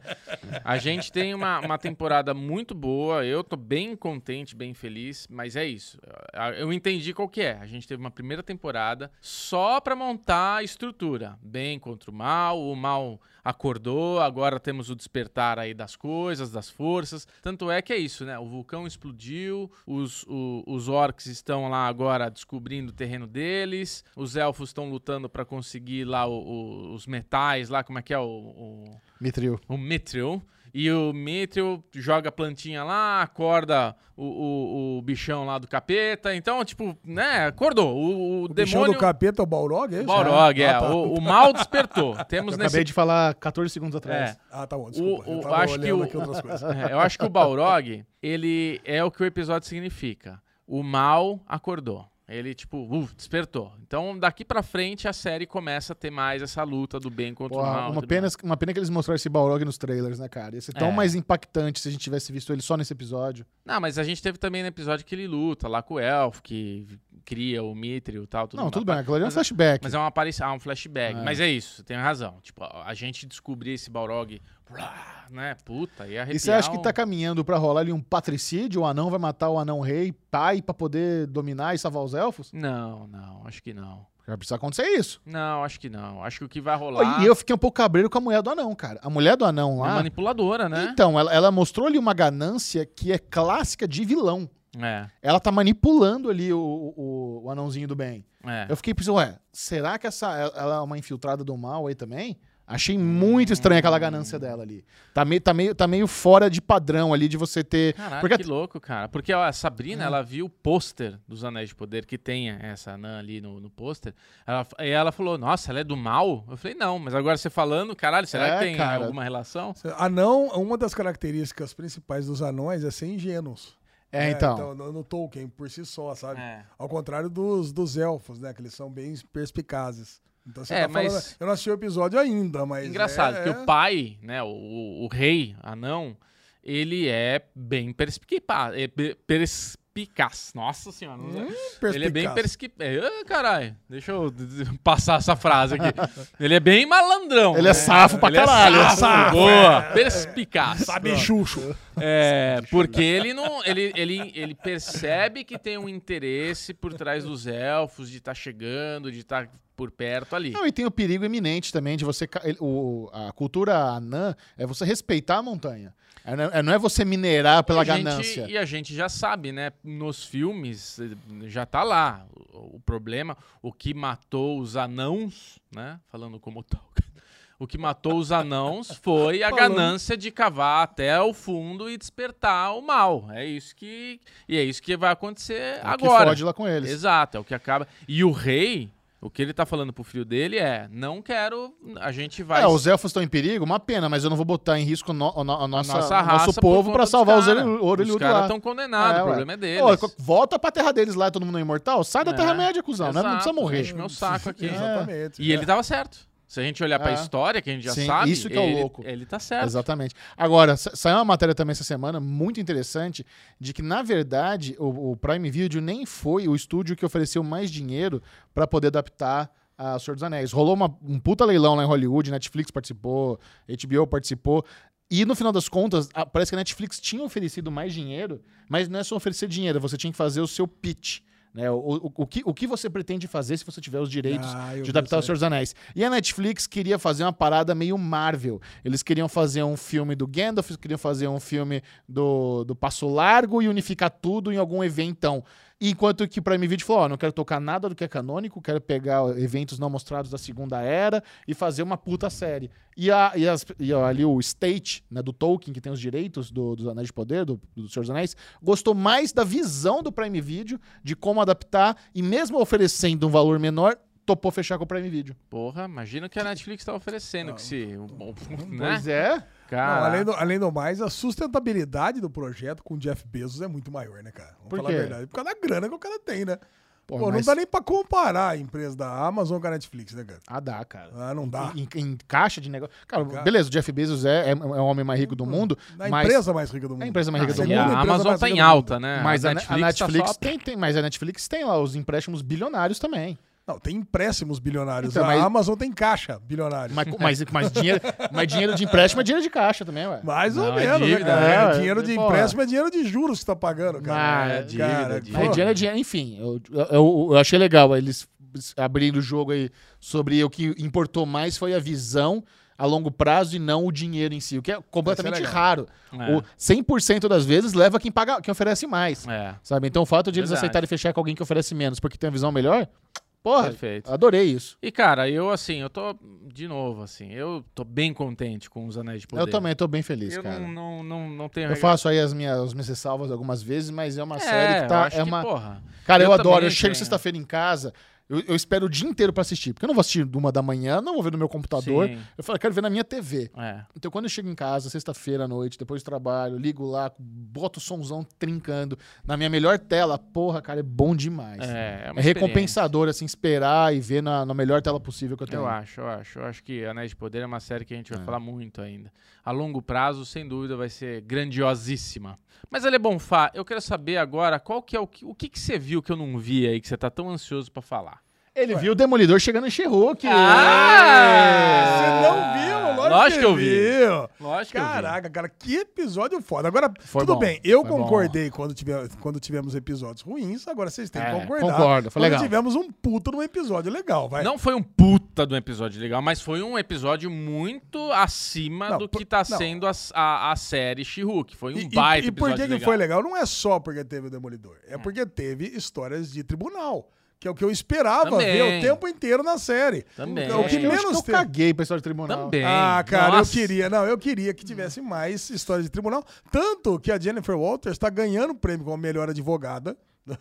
a gente tem uma, uma temporada muito boa. Eu tô bem contente, bem feliz, mas é isso. Eu entendi qual que é. A gente teve uma primeira temporada só pra montar a estrutura. Bem contra o mal, o mal acordou, agora temos o despertar aí das coisas, das forças. Tanto é que é isso, né? O vulcão explodiu, os, o- os orcs estão lá agora descobrindo o terreno deles, os elfos estão lutando pra conseguir lá o- o- os metais, lá como é que é o... o... Mithril. O Mithril. E o Mithril joga a plantinha lá, acorda o, o, o bichão lá do capeta. Então, tipo, né, acordou. O, o, O bichão demônio... do capeta é o Balrog, é isso? Balrog, é. Ah, tá. O, o mal despertou. Temos Eu nesse... acabei de falar catorze segundos atrás. É. Ah, tá bom, desculpa. O- o- eu tava acho que olhando o- aqui outras coisas. É, eu acho que o Balrog, ele é o que o episódio significa. O mal acordou. Ele, tipo, uh, despertou. Então, daqui pra frente, a série começa a ter mais essa luta do bem contra Porra, o mal. uma, pena, uma pena que eles mostraram esse Balrog nos trailers, né, cara? Ia ser tão É. mais impactante se a gente tivesse visto ele só nesse episódio. Não, mas a gente teve também no episódio que ele luta lá com o Elfo, que cria o Mithril e tal. Tudo Não, uma tudo pa- bem, aquilo ali é um mas- flashback. Mas é uma aparição, ah, um flashback. É. Mas é isso, você tem razão. Tipo, a gente descobrir esse Balrog, né? Puta, ia arrepiar. E você acha que um- tá caminhando pra rolar ali um patricídio? O anão vai matar o anão rei, pai, pra poder dominar e salvar os elfos? Não, não, acho que não. Já precisa acontecer isso. Não, acho que não. Acho que o que vai Pô, rolar E eu fiquei um pouco cabreiro com a mulher do anão, cara. A mulher do anão é lá... manipuladora, né? Então, ela, ela mostrou ali uma ganância que é clássica de vilão. É, Ela tá manipulando ali o, o, o anãozinho do bem. é. Eu fiquei pensando, ué, será que essa, ela é uma infiltrada do mal aí também? Achei muito estranha aquela ganância dela ali. Tá meio, tá, meio, tá meio fora de padrão ali de você ter... Caralho, Porque que louco, cara. Porque ó, a Sabrina, ela viu o pôster dos Anéis de Poder, que tem essa anã ali no, no pôster. Ela, e ela falou, nossa, ela é do mal? Eu falei, não, mas agora você falando, caralho, será É, que tem cara. alguma relação? Anão, uma das características principais dos anões é ser ingênuos. É, então. no, no Tolkien, por si só, sabe? É. Ao contrário dos, dos elfos, né? Que eles são bem perspicazes. Então você É, tá falando... mas- Eu não assisti o episódio ainda, mas... Engraçado, é, que o pai, né, o, o rei anão, ele é bem perspicaz. É pe- perspicaz. Nossa senhora. não- Hum, Ele é bem perspicaz. perspicaz. Ah, caralho, deixa eu d- d- passar essa frase aqui. Ele é bem malandrão. Ele é safo pra Ele é caralho. safo. Boa, perspicaz. Sabe chucho. É, porque ele não. Ele, ele, ele percebe que tem um interesse por trás dos elfos, de estar chegando, de estar por perto ali. Não, e tem o perigo iminente também de você... ca- ele- o, a cultura anã é você respeitar a montanha. É, não é- não é você minerar pela E a gente- ganância. e a gente já sabe, né? Nos filmes eh, já tá lá. O, o problema, o que matou os anãos, né? Falando como Tolkien. O que matou os anãos foi a Falando. ganância de cavar até o fundo e despertar o mal. É isso que e é isso que vai acontecer É o que agora. fode lá com eles. Exato, é o que acaba. E o rei, o que ele tá falando pro filho dele é: não quero, a gente vai. É, os elfos estão em perigo, uma pena, mas eu não vou botar em risco no, a, no- a nossa, nossa o raça nosso por povo conta pra dos salvar os cara. orelhudos Os caras lá. estão condenados, É, o ué. problema é deles. Ô, volta pra terra deles lá, todo mundo é imortal. Sai da É, Terra-média, cuzão. Né? Não precisa exato, morrer. enche meu saco aqui. Exatamente. E ele tava certo. Se a gente olhar pra É. história, que a gente já Sim, sabe, isso que é o ele, louco. ele tá certo. Exatamente. Agora, sa- saiu uma matéria também essa semana, muito interessante, de que, na verdade, o, o Prime Video nem foi o estúdio que ofereceu mais dinheiro pra poder adaptar a Senhor dos Anéis. Rolou uma- um puta leilão lá em Hollywood, Netflix participou, H B O participou. E no final das contas, a- parece que a Netflix tinha oferecido mais dinheiro, mas não é só oferecer dinheiro, você tinha que fazer o seu pitch. Né? O, o, o, que, o que você pretende fazer se você tiver os direitos Ah, eu de vi adaptar o isso Senhor dos Anéis. E a Netflix queria fazer uma parada meio Marvel. Eles queriam fazer um filme do Gandalf, eles queriam fazer um filme do, do Passo Largo e unificar tudo em algum eventão. Enquanto que o Prime Video falou, ó, não quero tocar nada do que é canônico, quero pegar eventos não mostrados da Segunda Era e fazer uma puta série. E, a, e, as, e ó, ali o State, né, do Tolkien, que tem os direitos do, dos Anéis de Poder, do, do Senhor dos Anéis, gostou mais da visão do Prime Video, de como adaptar, e mesmo oferecendo um valor menor, topou fechar com o Prime Video. Porra, imagina o que a Netflix tá oferecendo. Que se, o- o- né? Pois é. Cara, Não, além, do, além do mais, a sustentabilidade do projeto com o Jeff Bezos é muito maior, né, cara? Vamos Por falar quê? a verdade. Por causa da grana que o cara tem, né? Porra, Pô, não mas- dá nem pra comparar a empresa da Amazon com a Netflix, né, cara? Ah, dá, cara. Ah, não dá. Em, em caixa de negócio. Cara, Cara. beleza, o Jeff Bezos é, é, é o homem mais rico do mundo, A mas... empresa mais rica do mundo. É a empresa mais rica Ah, do e mundo. a empresa Amazon mais tá rica em do mundo. alta, né? Mas a, a Netflix, tá só- tem, tem, mas a Netflix tem lá os empréstimos bilionários também. Não, tem empréstimos bilionários. Então, a mas- Amazon tem caixa bilionário. Mas, mas, mas, dinheiro, mas dinheiro de empréstimo é dinheiro de caixa também, ué. Mais ou Não, é menos, dívida, né, cara? né? Dinheiro de Porra. empréstimo é dinheiro de juros que você tá pagando, cara. Mas- É, É dívida, cara, dívida. Aí pô. dinheiro é dinheiro, enfim. Eu, eu, eu achei legal eles abrindo o jogo aí sobre o que importou mais foi a visão a longo prazo e não o dinheiro em si, o que é completamente legal. raro. É. O cem por cento das vezes leva quem paga, quem oferece mais. É, Sabe? Então o fato de eles Verdade. aceitarem fechar com alguém que oferece menos porque tem uma visão melhor, porra, perfeito. adorei isso. E, cara, eu, assim, eu tô, de novo, assim, eu tô bem contente com os Anéis de Poder. Eu também tô bem feliz, Eu cara. não, não, não, não tenho... Eu faço aí as minhas, as minhas ressalvas algumas vezes, mas é uma é, série que eu tá. acho É que, uma... porra... Cara, eu, eu adoro. também Eu chego tenho. sexta-feira em casa, Eu, eu espero o dia inteiro pra assistir. Porque eu não vou assistir de uma da manhã, não vou ver no meu computador. Sim. Eu falo, eu quero ver na minha T V. É. Então, quando eu chego em casa, sexta-feira à noite, depois do trabalho, ligo lá, boto o somzão trincando na minha melhor tela. Porra, cara, é bom demais. É, é, uma É recompensador, assim, esperar e ver na, na melhor tela possível que eu tenho. Eu acho, eu acho. Eu acho que Anéis de Poder é uma série que a gente vai É. falar muito ainda. A longo prazo, sem dúvida, vai ser grandiosíssima. Mas, Ale Bonfá, eu quero saber agora qual que é o que, o que, que você viu que eu não vi aí, que você tá tão ansioso pra falar. Ele Ué. viu o Demolidor chegando em She-Hulk. Ah! Você não viu? Lógico, Lógico que eu vi. viu. Lógico que eu vi. Caraca, cara, que episódio foda. Agora, Foi tudo bom, bem, eu foi concordei quando, tive, quando tivemos episódios ruins, agora vocês têm que É, concordar. concordo, foi quando legal. tivemos um puta num episódio legal, vai. Não foi um puta do episódio legal, mas foi um episódio muito acima Não, do por- que tá não. sendo a, a, a série She-Hulk. Foi um E, baita e, e por episódio que, que legal. foi legal? Não é só porque teve o Demolidor, é porque teve histórias de tribunal. Que é o que eu esperava Também. ver o tempo inteiro na série. Também. O que Eu acho menos que eu teve. caguei pra história de tribunal. Também. Ah, cara, Nossa. eu queria, não, eu queria que tivesse mais histórias de tribunal. Tanto que a Jennifer Walters tá ganhando o prêmio como melhor advogada.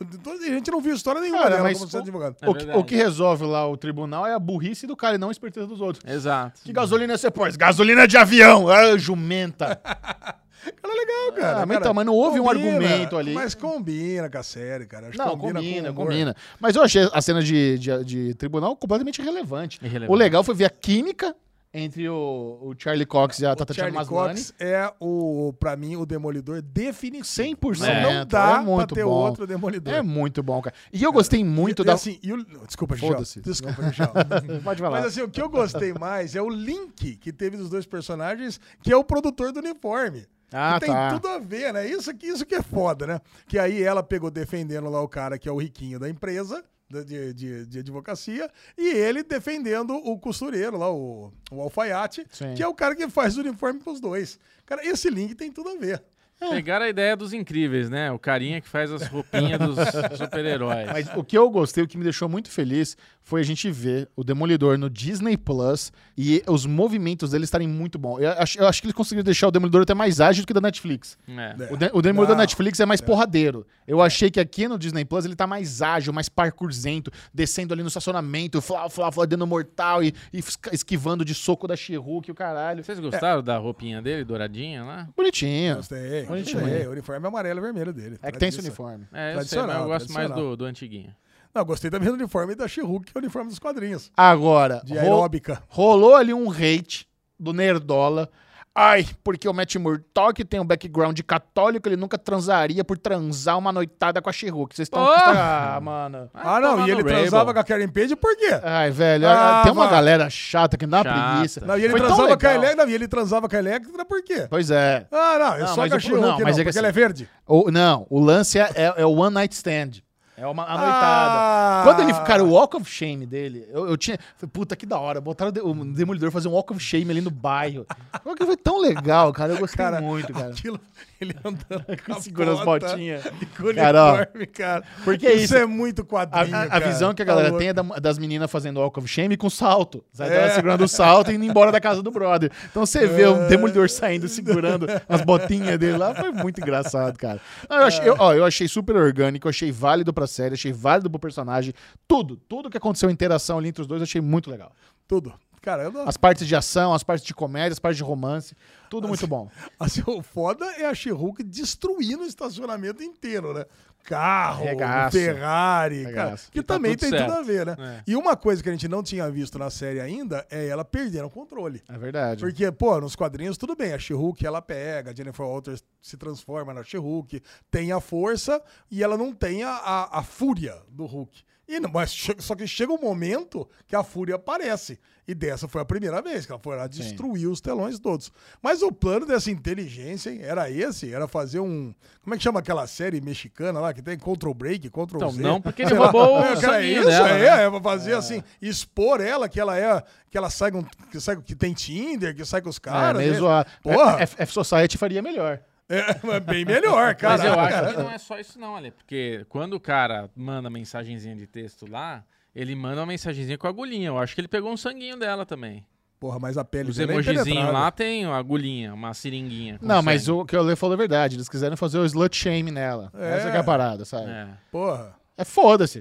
A gente não viu história nenhuma Cara, dela mas como sendo o- advogada. É o, que, verdade. o que resolve lá o tribunal é a burrice do cara e não a esperteza dos outros. Exato. Que gasolina você pôs? Gasolina de avião! Ah, jumenta! Cara, legal, cara. Ah, mas cara, então, mas não houve um combina, argumento ali. Mas combina com a série, cara. Acho que Não, combina, combina, com o humor. combina. Mas eu achei a cena de, de, de tribunal completamente irrelevante. Irrelevante. O legal foi ver a química entre o, o Charlie Cox e a O Tatiana Charlie Maslany. Cox é, o, pra mim, o Demolidor definitivo. cem por cento. Não, não dá é muito pra ter bom. outro Demolidor. É muito bom, cara. E eu gostei muito e, da... e assim, e o, desculpa, Michel. Foda-se. Desculpa, Michel. Pode falar. Mas assim, o que eu gostei mais é o link que teve dos dois personagens, que é o produtor do uniforme. Ah, que tem tá. tudo a ver, né? Isso que, isso que é foda, né? Que aí ela pegou defendendo lá o cara que é o riquinho da empresa, da- de, de, de advocacia, e ele defendendo o costureiro lá, o, o alfaiate, Sim. que é o cara que faz o uniforme pros dois. Cara, esse link tem tudo a ver. Pegaram a ideia dos incríveis, né? O carinha que faz as roupinhas dos super-heróis. Mas o que eu gostei, o que me deixou muito feliz, foi a gente ver o Demolidor no Disney Plus e os movimentos dele estarem muito bons. Eu acho, eu acho que eles conseguiram deixar o Demolidor até mais ágil do que o da Netflix. É. O, de, o Demolidor da Não. Netflix é mais porradeiro. Eu achei que aqui no Disney Plus ele tá mais ágil, mais parkourzento, descendo ali no estacionamento, flá, flá, flá, dando mortal e, e esca- esquivando de soco da She-Hulk e o caralho. Vocês gostaram da roupinha dele, douradinha lá? Bonitinho. Gostei. Bonitinho. Gostei. O uniforme amarelo e vermelho dele. É que tem esse Tradição. uniforme. É, eu sei, mas Tradicional, eu gosto mais tradicional. do, do antiguinho. Não, gostei também do uniforme da She-Hulk, que é o uniforme dos quadrinhos. Agora, De ro- aeróbica. rolou ali um hate do Nerdola. Ai, porque o Matt Murdock tem um background católico, ele nunca transaria por transar uma noitada com a She-Hulk. Vocês estão... Oh! Ah, mano. Ah, não, tomar e ele no transava Rainbow. com a Karen Page por quê? Ai, velho, Ah, tem uma vá. galera chata que dá Chata. preguiça. Não, e ele Foi tão transava com a legal. Electra, não, e ele transava com a Electra por quê? Pois é. Ah, não, é Não, só mas com a o- She-Hulk, não, não, mas é que porque assim- ela é verde. O, não, o lance é, é, é o one night stand. É uma a noitada. Ah. Quando ele, cara, o Walk of Shame dele, eu, eu tinha. Falei, puta, que da hora. Botaram o de- o Demolidor fazer um Walk of Shame ali no bairro. Aquilo foi tão legal, cara. Eu gostei Cara, muito, cara. Aquilo, ele andando com a Segura as bota botinhas. e com o Cara, ó, uniforme, cara. porque é isso isso. é muito A, quadrinho, a- a cara. visão que a Tá galera louco. tem é da- das meninas fazendo Walk of Shame com salto. Sabe? É. Ela segurando o salto e indo embora da casa do brother. Então você vê É. o Demolidor saindo, segurando as botinhas dele lá. Foi muito engraçado, cara. Não, eu, achei, eu- ó, eu achei super orgânico, eu achei válido pra série, achei válido pro personagem. Tudo, tudo que aconteceu, a interação ali entre os dois, eu achei muito legal. Tudo. Cara, eu não... As partes de ação, as partes de comédia, as partes de romance, tudo muito bom. Assim, o foda é a She-Hulk destruindo o estacionamento inteiro, né? Carro, Regaço. Ferrari, cara, Regaço. que E tá também tudo tem certo. tudo a ver, né? É. E uma coisa que a gente não tinha visto na série ainda é ela perdendo o controle. É verdade. Porque, pô, nos quadrinhos tudo bem, a She-Hulk ela pega, a Jennifer Walters se transforma na She-Hulk, tem a força e ela não tem a, a, a fúria do Hulk. E não, mas che- só que chega um momento que a fúria aparece. E dessa foi a primeira vez que ela foi lá destruir os telões todos. Mas o plano dessa inteligência hein, era esse, era fazer um... Como é que chama aquela série mexicana lá que tem Control Break, Control Então, Z? não, porque ele Sei lá. roubou o É, cara, sanguinho isso, dela, é, né? é, pra fazer assim, expor ela, que ela é, que ela sai com, que sai, que tem Tinder, que sai com os É, caras. meio né? zoado. Porra. F, F Society faria melhor. É, mas bem melhor, cara. Mas eu acho que não é só isso não, Ale. Porque quando o cara manda mensagenzinha de texto lá, ele manda uma mensagenzinha com agulhinha. Eu acho que ele pegou um sanguinho dela também. Porra, mas a pele Os dela é emojizinhos impenetrável. lá tem uma agulhinha, uma seringuinha. com Não, mas sangue. o que o Lê falou é verdade. Eles quiseram fazer o slut shame nela. É. Essa que é a parada, sabe? É. Porra. É foda-se.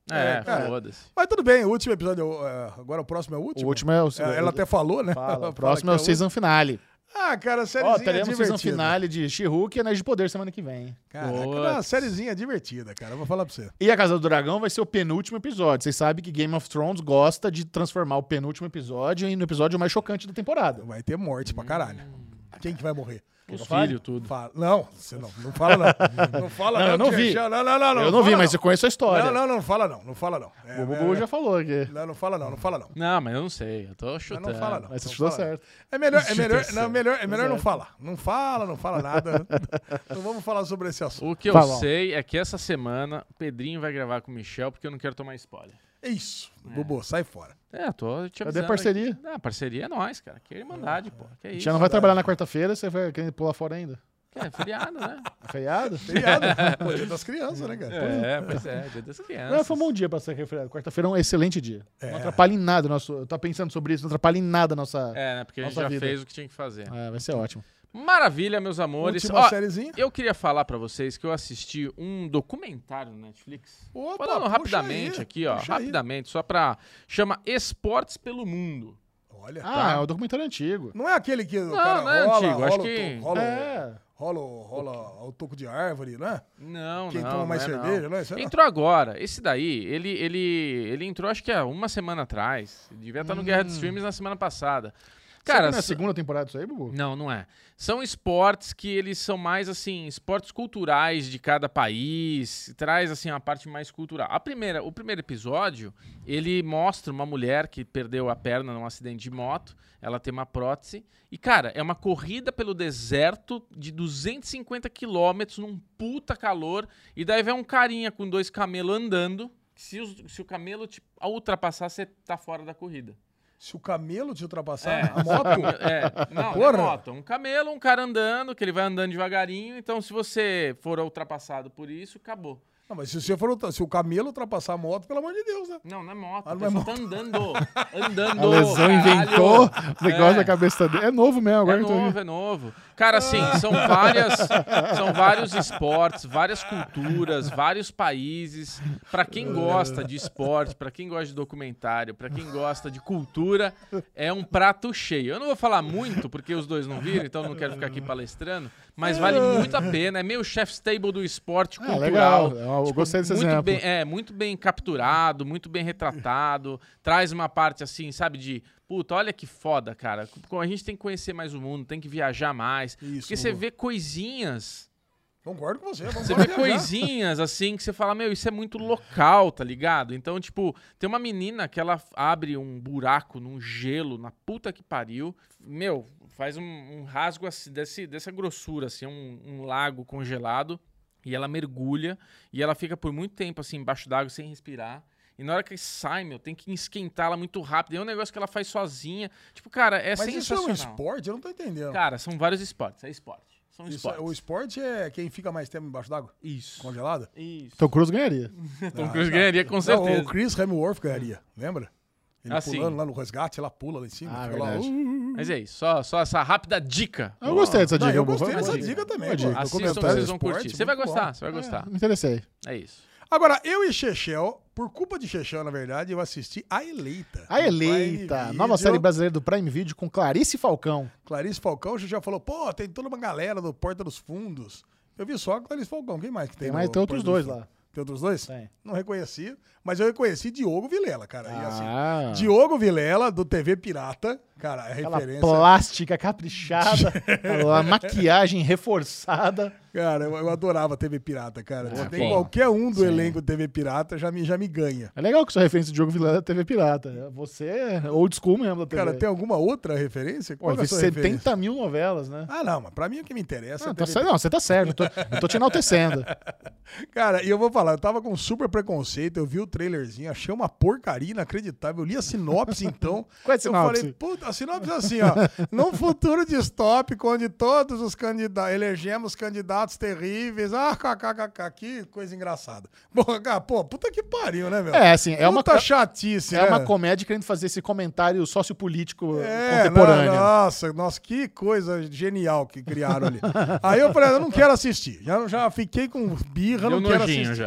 É, É, foda-se. Mas tudo bem, o último episódio, é, agora o próximo é o último? O último é o... É, ela até falou, né? Fala, Ela o próximo é fala o que season finale. Ah, cara, Ó, sériezinha teremos divertida. season finale de She-Hulk e Anéis de Poder semana que vem. Caraca, Putz. uma sériezinha divertida, cara. Eu vou falar pra você. E a Casa do Dragão vai ser o penúltimo episódio. Vocês sabem que Game of Thrones gosta de transformar o penúltimo episódio em no episódio mais chocante da temporada. Vai ter morte pra caralho. Quem que vai morrer? Os fale? filhos, tudo. Fala. Não, você não, não fala não. Não fala Não, não. eu não tia vi. Chão. Não, não, não, não. eu não vi, fala, mas eu conheço a história. Não, não, não, não fala não. Não fala não. É, O Bubu é, já falou aqui. Não, não fala não, não fala não. Não, mas eu não sei. Eu tô Não, chutando. não fala não. Mas você não chutou fala. certo. É melhor, é melhor, Chutou não, melhor, é melhor não certo. falar. Não fala, não fala nada. Não vamos falar sobre esse assunto. O que eu Fala. sei é que essa semana o Pedrinho vai gravar com o Michel porque eu não quero tomar spoiler. É isso. Bubu, sai fora. É, tô te Cadê avisando. a parceria? aqui. Ah, parceria é nós, cara. Que irmandade, pô. Que A isso. gente já não vai trabalhar na quarta-feira, você vai querer pular fora ainda. Que é feriado, né? É feriado? Feriado. Pô, dia das crianças, né, cara? É, pois é. Dia das Não, crianças. foi um bom dia pra ser feriado. Quarta-feira é um excelente dia. É. Não atrapalha em nada o nosso... Eu tava pensando sobre isso, não atrapalha em nada a nossa... É, né? Porque a gente Nossa já vida. fez o que tinha que fazer. É, vai ser ótimo. Maravilha, meus amores. Última Ó, sériezinha. eu queria falar pra vocês que eu assisti um documentário no Netflix. Opa, Falando puxa rapidamente aí, aqui, ó. puxa aí. Rapidamente, só pra... Chama Esportes pelo Mundo. Olha. Ah, é um documentário antigo. Não é aquele que o Não, cara não é rola, antigo, rola, acho o que- to- rola, É. rola, rola o toco de árvore, né? Não, Quem não. toma mais não é, cerveja, não. não é isso? Entrou agora. Esse daí, ele, ele, ele entrou acho que há uma semana atrás. Devia estar no Guerra dos Streams na semana passada. Cara, Cara, não é a s- segunda temporada disso aí, Bubu? não, não é. São esportes que eles são mais assim, esportes culturais de cada país, traz assim uma parte mais cultural. A primeira, o primeiro episódio, ele mostra uma mulher que perdeu a perna num acidente de moto, ela tem uma prótese e cara, é uma corrida pelo deserto de duzentos e cinquenta quilômetros num puta calor e daí vem um carinha com dois camelos andando, se, os- se o camelo te ultrapassar, você tá fora da corrida. Se o camelo te ultrapassar, É, a moto... É, não, não é Porra. moto. Um camelo, um cara andando, que ele vai andando devagarinho. Então, se você for ultrapassado por isso, acabou. Não, mas se, você for, ultra- se o camelo ultrapassar a moto, pelo amor de Deus, né? Não, não é moto. Ah, A não é pessoa moto. tá andando. Andando. A lesão caralho. inventou o negócio É. da cabeça dele. É novo mesmo, agora É que eu tô novo, vendo. é novo. Cara, assim, são várias, são vários esportes, várias culturas, vários países. Pra quem gosta de esporte, pra quem gosta de documentário, pra quem gosta de cultura, é um prato cheio. Eu não vou falar muito, porque os dois não viram, então não quero ficar aqui palestrando, mas vale muito a pena. É meio chef's table do esporte Ah, cultural. legal. Eu gostei desse muito exemplo. bem, é, muito bem capturado, muito bem retratado. Traz uma parte assim, sabe, de puta, olha que foda, cara. A gente tem que conhecer mais o mundo, tem que viajar mais. Isso, porque você Bubu. vê coisinhas. Concordo com você. Vamos Você embora vê viajar. coisinhas assim que você fala, meu, isso é muito local, tá ligado? Então, tipo, tem uma menina que ela abre um buraco num gelo, na puta que pariu. Meu, faz um, um rasgo assim, desse, dessa grossura, assim, um, um lago congelado. E ela mergulha e ela fica por muito tempo assim embaixo d'água sem respirar. E na hora que sai, meu, tem que esquentá-la muito rápido. E é um negócio que ela faz sozinha. Tipo, cara, é Mas isso é sensacional. um esporte? Eu não tô entendendo. Cara, são vários esportes. É esporte. São Isso é- esportes. o esporte é quem fica mais tempo embaixo d'água? Isso. Congelado? Isso. Tom Cruise ganharia. Tom Cruise ganharia com Não, certeza. o Chris Hemsworth ganharia, lembra? Ele Ah, sim. pulando lá no resgate, ela pula lá em cima. Ah, fica lá, verdade. uh, Mas é isso. Só, só essa rápida dica. Eu gostei dessa Não, dica. eu Bubu. gostei Foi dessa boa dica também. Boa pô. dica. Assistam, Documentário vocês vão esporte, curtir. Você vai muito bom. gostar, você vai gostar. Me interessei. É isso. Agora, eu e Chechel, por culpa de Chechel, na verdade, eu assisti A Eleita. A no Eleita, Prime nova Video. série brasileira do Prime Video com Clarice Falcão. Clarice Falcão, o Chechel falou, pô, tem toda uma galera do Porta dos Fundos. Eu vi só a Clarice Falcão, quem mais que tem? Tem mais, no tem outros Porta dos dois Fundos? lá. Tem outros dois? Tem. Não reconheci, mas eu reconheci Diogo Vilela, cara. E assim, Ah, Diogo Vilela, do T V Pirata, cara, é aquela referência. plástica caprichada, a maquiagem reforçada. Cara, eu, eu adorava T V Pirata, cara. Ah, Tem pô. qualquer um do Sim. elenco do T V Pirata já me, já me ganha. É legal que sua referência de Diogo Vilela é T V Pirata. Você é old school mesmo da T V. Cara, tem alguma outra referência? Pô, Qual que é a fez sua referência? setenta mil novelas, né? Ah, não, mas pra mim o que me interessa Não, é tá T V certo, não, você tá certo. Eu tô, eu tô te enaltecendo. Cara, e eu vou falar, eu tava com super preconceito, eu vi o trailerzinho, achei uma porcaria inacreditável. Eu li a sinopse, então. Qual é a Eu sinopse? falei, puta, a sinopse é assim, ó. Num futuro distópico, onde todos os candidatos, elegemos candidatos terríveis. Ah, kkkk, que coisa engraçada. Porra, cara, pô, puta que pariu, né, meu? É, assim, é uma, Puta chatice, é né? uma comédia querendo fazer esse comentário sociopolítico É, contemporâneo. não, nossa, nossa, que coisa genial que criaram ali. Aí eu falei, eu não quero assistir. Já, já fiquei com birra, Deu não quero nojinho assistir. já.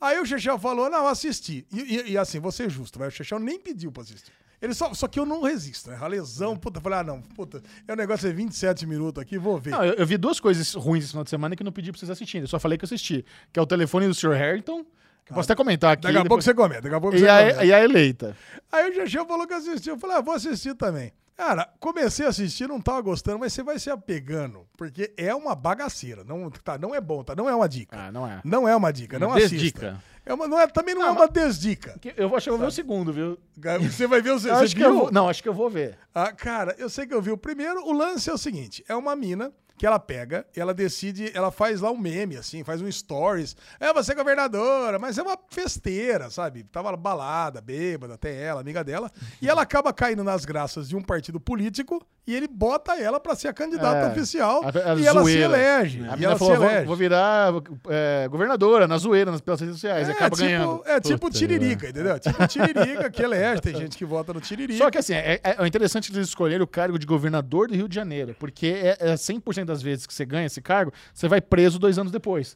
Aí o Chechel falou, não, assisti. E, e, e assim, vou ser justo, vai, o Chechel nem pediu pra assistir. Ele só, só que eu não resisto, né? Ralezão, puta, falei, ah, não, puta, é um negócio de vinte e sete minutos aqui, vou ver. Não, eu, eu vi duas coisas ruins esse final de semana que eu não pedi pra vocês assistirem. Eu só falei que eu assisti. Que é o telefone do senhor Harrington, que eu posso até comentar aqui. Daqui a depois... pouco você comenta, daqui a pouco e você a, comenta. E a eleita. Aí o Chechel falou que assistiu. Eu falei, ah, vou assistir também. Cara, comecei a assistir, não tava gostando, mas você vai se apegando, porque é uma bagaceira. Não, tá, não é bom, tá? Não é uma dica. Ah, não é. Não é uma dica, não Uma assista. desdica. É uma, não é, também não, Não, é uma desdica. Eu acho que eu vou ver o segundo, viu? Você vai ver o Eu você acho que viu? eu vou... Não, acho que eu vou ver. Ah, cara, eu sei que eu vi o primeiro. O lance é o seguinte: é uma mina que ela pega, ela decide, ela faz lá um meme, assim, faz um stories. É, você é governadora, mas é uma festeira, sabe? Tava balada, bêbada, até ela, amiga dela. E ela acaba caindo nas graças de um partido político e ele bota ela pra ser a candidata É, oficial. a- a e ela se zoeira. elege. A e menina ela falou, se vou, elege. vou virar é, governadora, na zoeira, nas, pelas redes sociais. e É, acaba tipo, ganhando. é tipo Puta, tiririca, entendeu? Tipo tiririca que elege. Tem gente que vota no tiririca. Só que assim, é, é interessante eles escolherem o cargo de governador do Rio de Janeiro, porque é, é cem por cento das vezes que você ganha esse cargo, você vai preso dois anos depois.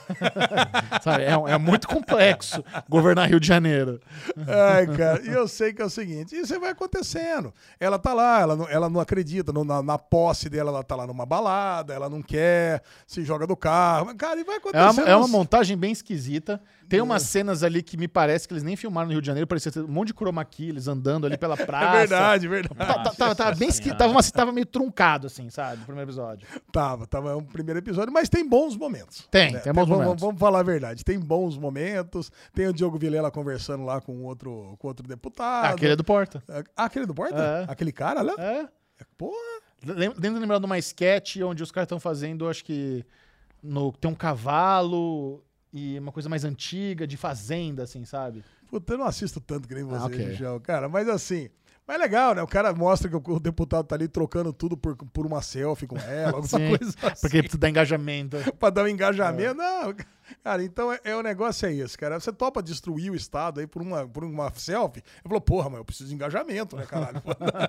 Sabe? É, é muito complexo governar Rio de Janeiro. Ai, cara, e eu sei que é o seguinte, isso vai acontecendo. Ela tá lá, ela não, ela não acredita, no- na, na posse dela, ela tá lá numa balada, ela não quer, se joga do carro. Mas, cara, e vai É acontecendo. uma, é uma montagem bem esquisita. Tem umas cenas ali que me parece que eles nem filmaram no Rio de Janeiro, parecia ter um monte de chroma key, eles andando ali pela praça. É verdade, verdade. Tá- tá- Tava, tava bem esqui... tava, uma- tava meio truncado, assim, sabe? No primeiro episódio. Tava, tava um primeiro episódio, mas tem bons momentos. Tem, né? tem bons vamos, momentos. Vamos falar a verdade, tem bons momentos. Tem o Diogo Vilela conversando lá com outro, com outro deputado. Ah, aquele é do Porta. Ah, aquele do Porta? É. Aquele cara, né? É. Porra. Lem- Tento lembrar de uma sketch onde os caras estão fazendo, acho que no, tem um cavalo e uma coisa mais antiga, de fazenda, assim, sabe? Puta, eu não assisto tanto que nem você, Ah, ok. Michel, cara. Mas assim, mas é legal, né? O cara mostra que o, o deputado tá ali trocando tudo por, por uma selfie com ela, alguma Sim, coisa assim. Porque precisa dar engajamento. Pra dar um engajamento. Não, cara, então é, é, o negócio é esse, cara. Você topa destruir o Estado aí por uma, por uma selfie? Eu falo, porra, mas eu preciso de engajamento, né, caralho?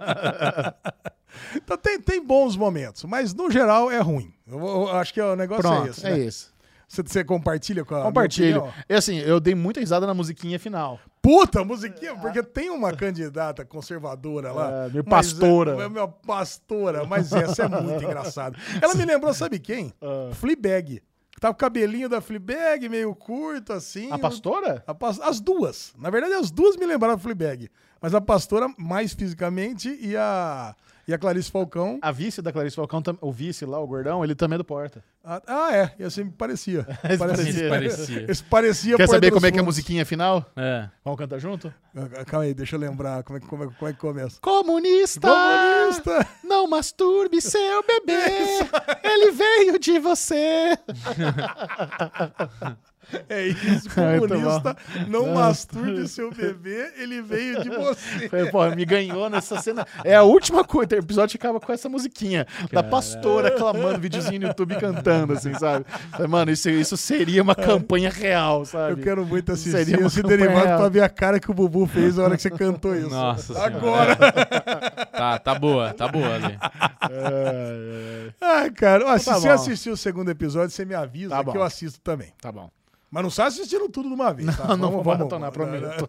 Então tem, tem bons momentos, mas no geral é ruim. Eu, vou- eu acho que o negócio Pronto, é esse. é né? isso. Você, você compartilha com a minha Compartilho. opinião? E assim, eu dei muita risada na musiquinha final. Puta, musiquinha, porque tem uma candidata conservadora lá. É, meio mas pastora. É, é minha pastora, mas essa é muito engraçada. Ela me lembrou, sabe quem? Ah. Fleabag. Tá com o cabelinho da Fleabag, meio curto, assim. A pastora? A pas- As duas. Na verdade, as duas me lembraram a Fleabag. Mas a pastora mais fisicamente e a, e a Clarice Falcão. A vice da Clarice Falcão, tam- o vice lá, o gordão, ele também é do Porta. Ah, ah, é. E assim me parecia. Esse parecia. parecia. Esse parecia Quer Porta saber dos como é que é a Fundos. musiquinha final? É. Vamos cantar junto? Ah, Calma aí, deixa eu lembrar como é, que- como é, como é que começa. Comunista! Comunista! Não masturbe seu bebê! Ele veio de você! É isso, Muito comunista, não Ah. masturbe seu bebê, ele veio de você. Foi, pô, me ganhou nessa cena. É a última coisa. O episódio acaba com essa musiquinha da pastora clamando, videozinho no YouTube cantando, assim, sabe? Mano, isso, isso seria uma campanha real, sabe? Eu quero muito assistir Seria uma esse campanha derivado real. pra ver a cara que o Bubu fez na hora que você cantou isso. Nossa senhora. Agora. Tá, tá boa, tá boa ali. É, é, é. Ai, cara, ó, se Tá você bom. assistir o segundo episódio, você me avisa Tá que bom. eu assisto também. Tá bom. Mas não sai assistindo tudo de uma vez, tá? Não, não vou maratonar, prometo.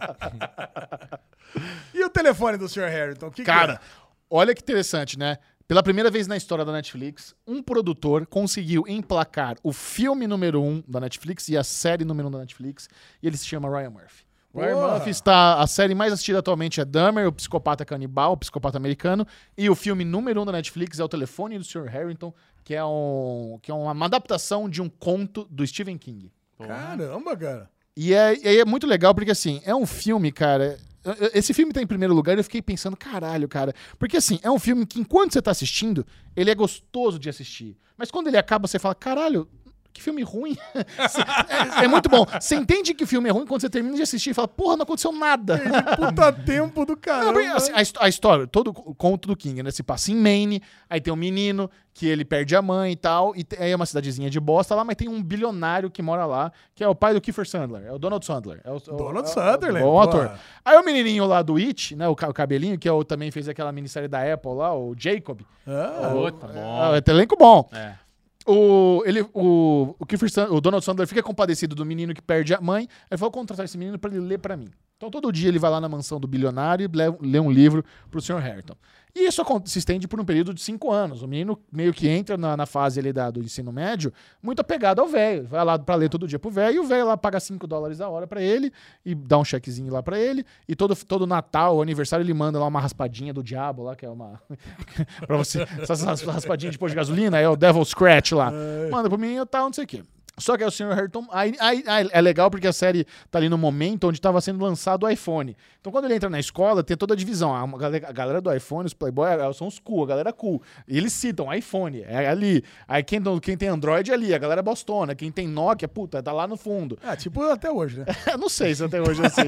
E o telefone do senhor Harrington? O que Cara, que olha que interessante, né? Pela primeira vez na história da Netflix, um produtor conseguiu emplacar o filme número um da Netflix e a série número um da Netflix, e ele se chama Ryan Murphy. Ryan Porra. Murphy está... A série mais assistida atualmente é Dahmer, o psicopata canibal, o psicopata americano, e o filme número um da Netflix é O Telefone do senhor Harrington, que é, um, que é uma, uma adaptação de um conto do Stephen King. é? Caramba, cara. E é, e é muito legal porque, assim, é um filme, cara... eu- eu- Esse filme tá em primeiro lugar e eu fiquei pensando, caralho, cara. Porque, assim, é um filme que, enquanto você tá assistindo, ele é gostoso de assistir. Mas quando ele acaba, você fala, caralho, que filme ruim. é, é muito bom. Você entende que o filme é ruim quando você termina de assistir e fala, porra, não aconteceu nada. Puta tempo do Não, caramba. porque, assim, a, histó- a história, todo o conto do King, né? Se passa em Maine, aí tem um menino que ele perde a mãe e tal, e te- aí é uma cidadezinha de bosta lá, mas tem um bilionário que mora lá, que é o pai do Kiefer Sandler, é o Donald Sandler. É o, é o- Donald é o- Sutherland, é o pô. ator. Aí o menininho lá do It, né? O, ca- o cabelinho, que é o, também fez aquela minissérie da Apple lá, o Jacob. Ah, Puta, bom. É, é elenco bom. É. O, ele, o, o, Kiefer Sutherland, o Donald Sandler fica compadecido do menino que perde a mãe. Ele falou, vou contratar esse menino pra ele ler pra mim. Então todo dia ele vai lá na mansão do bilionário e lê, lê um livro pro senhor Harrington. E isso se estende por um período de cinco anos. O menino meio que entra na, na fase ali da, do ensino médio, muito apegado ao velho. Vai lá pra ler todo dia pro velho, e o velho lá paga cinco dólares a hora pra ele, e dá um chequezinho lá pra ele, e todo, todo Natal, aniversário, ele manda lá uma raspadinha do diabo lá, que é uma... pra você, essas raspadinhas de pôr de gasolina, é o Devil Scratch lá. Manda pro menino e tal, não sei o quê. Só que aí o senhor Harrington... Aí, aí, aí é legal porque a série tá ali no momento onde estava sendo lançado o iPhone. Então quando ele entra na escola, tem toda a divisão. A galera, a galera do iPhone, os Playboy, são os cool, a galera cool. E eles citam iPhone, é ali. Aí quem, quem tem Android é ali, a galera bostona. Quem tem Nokia, puta, tá lá no fundo. Ah, tipo até hoje, né? Não sei se até hoje é assim.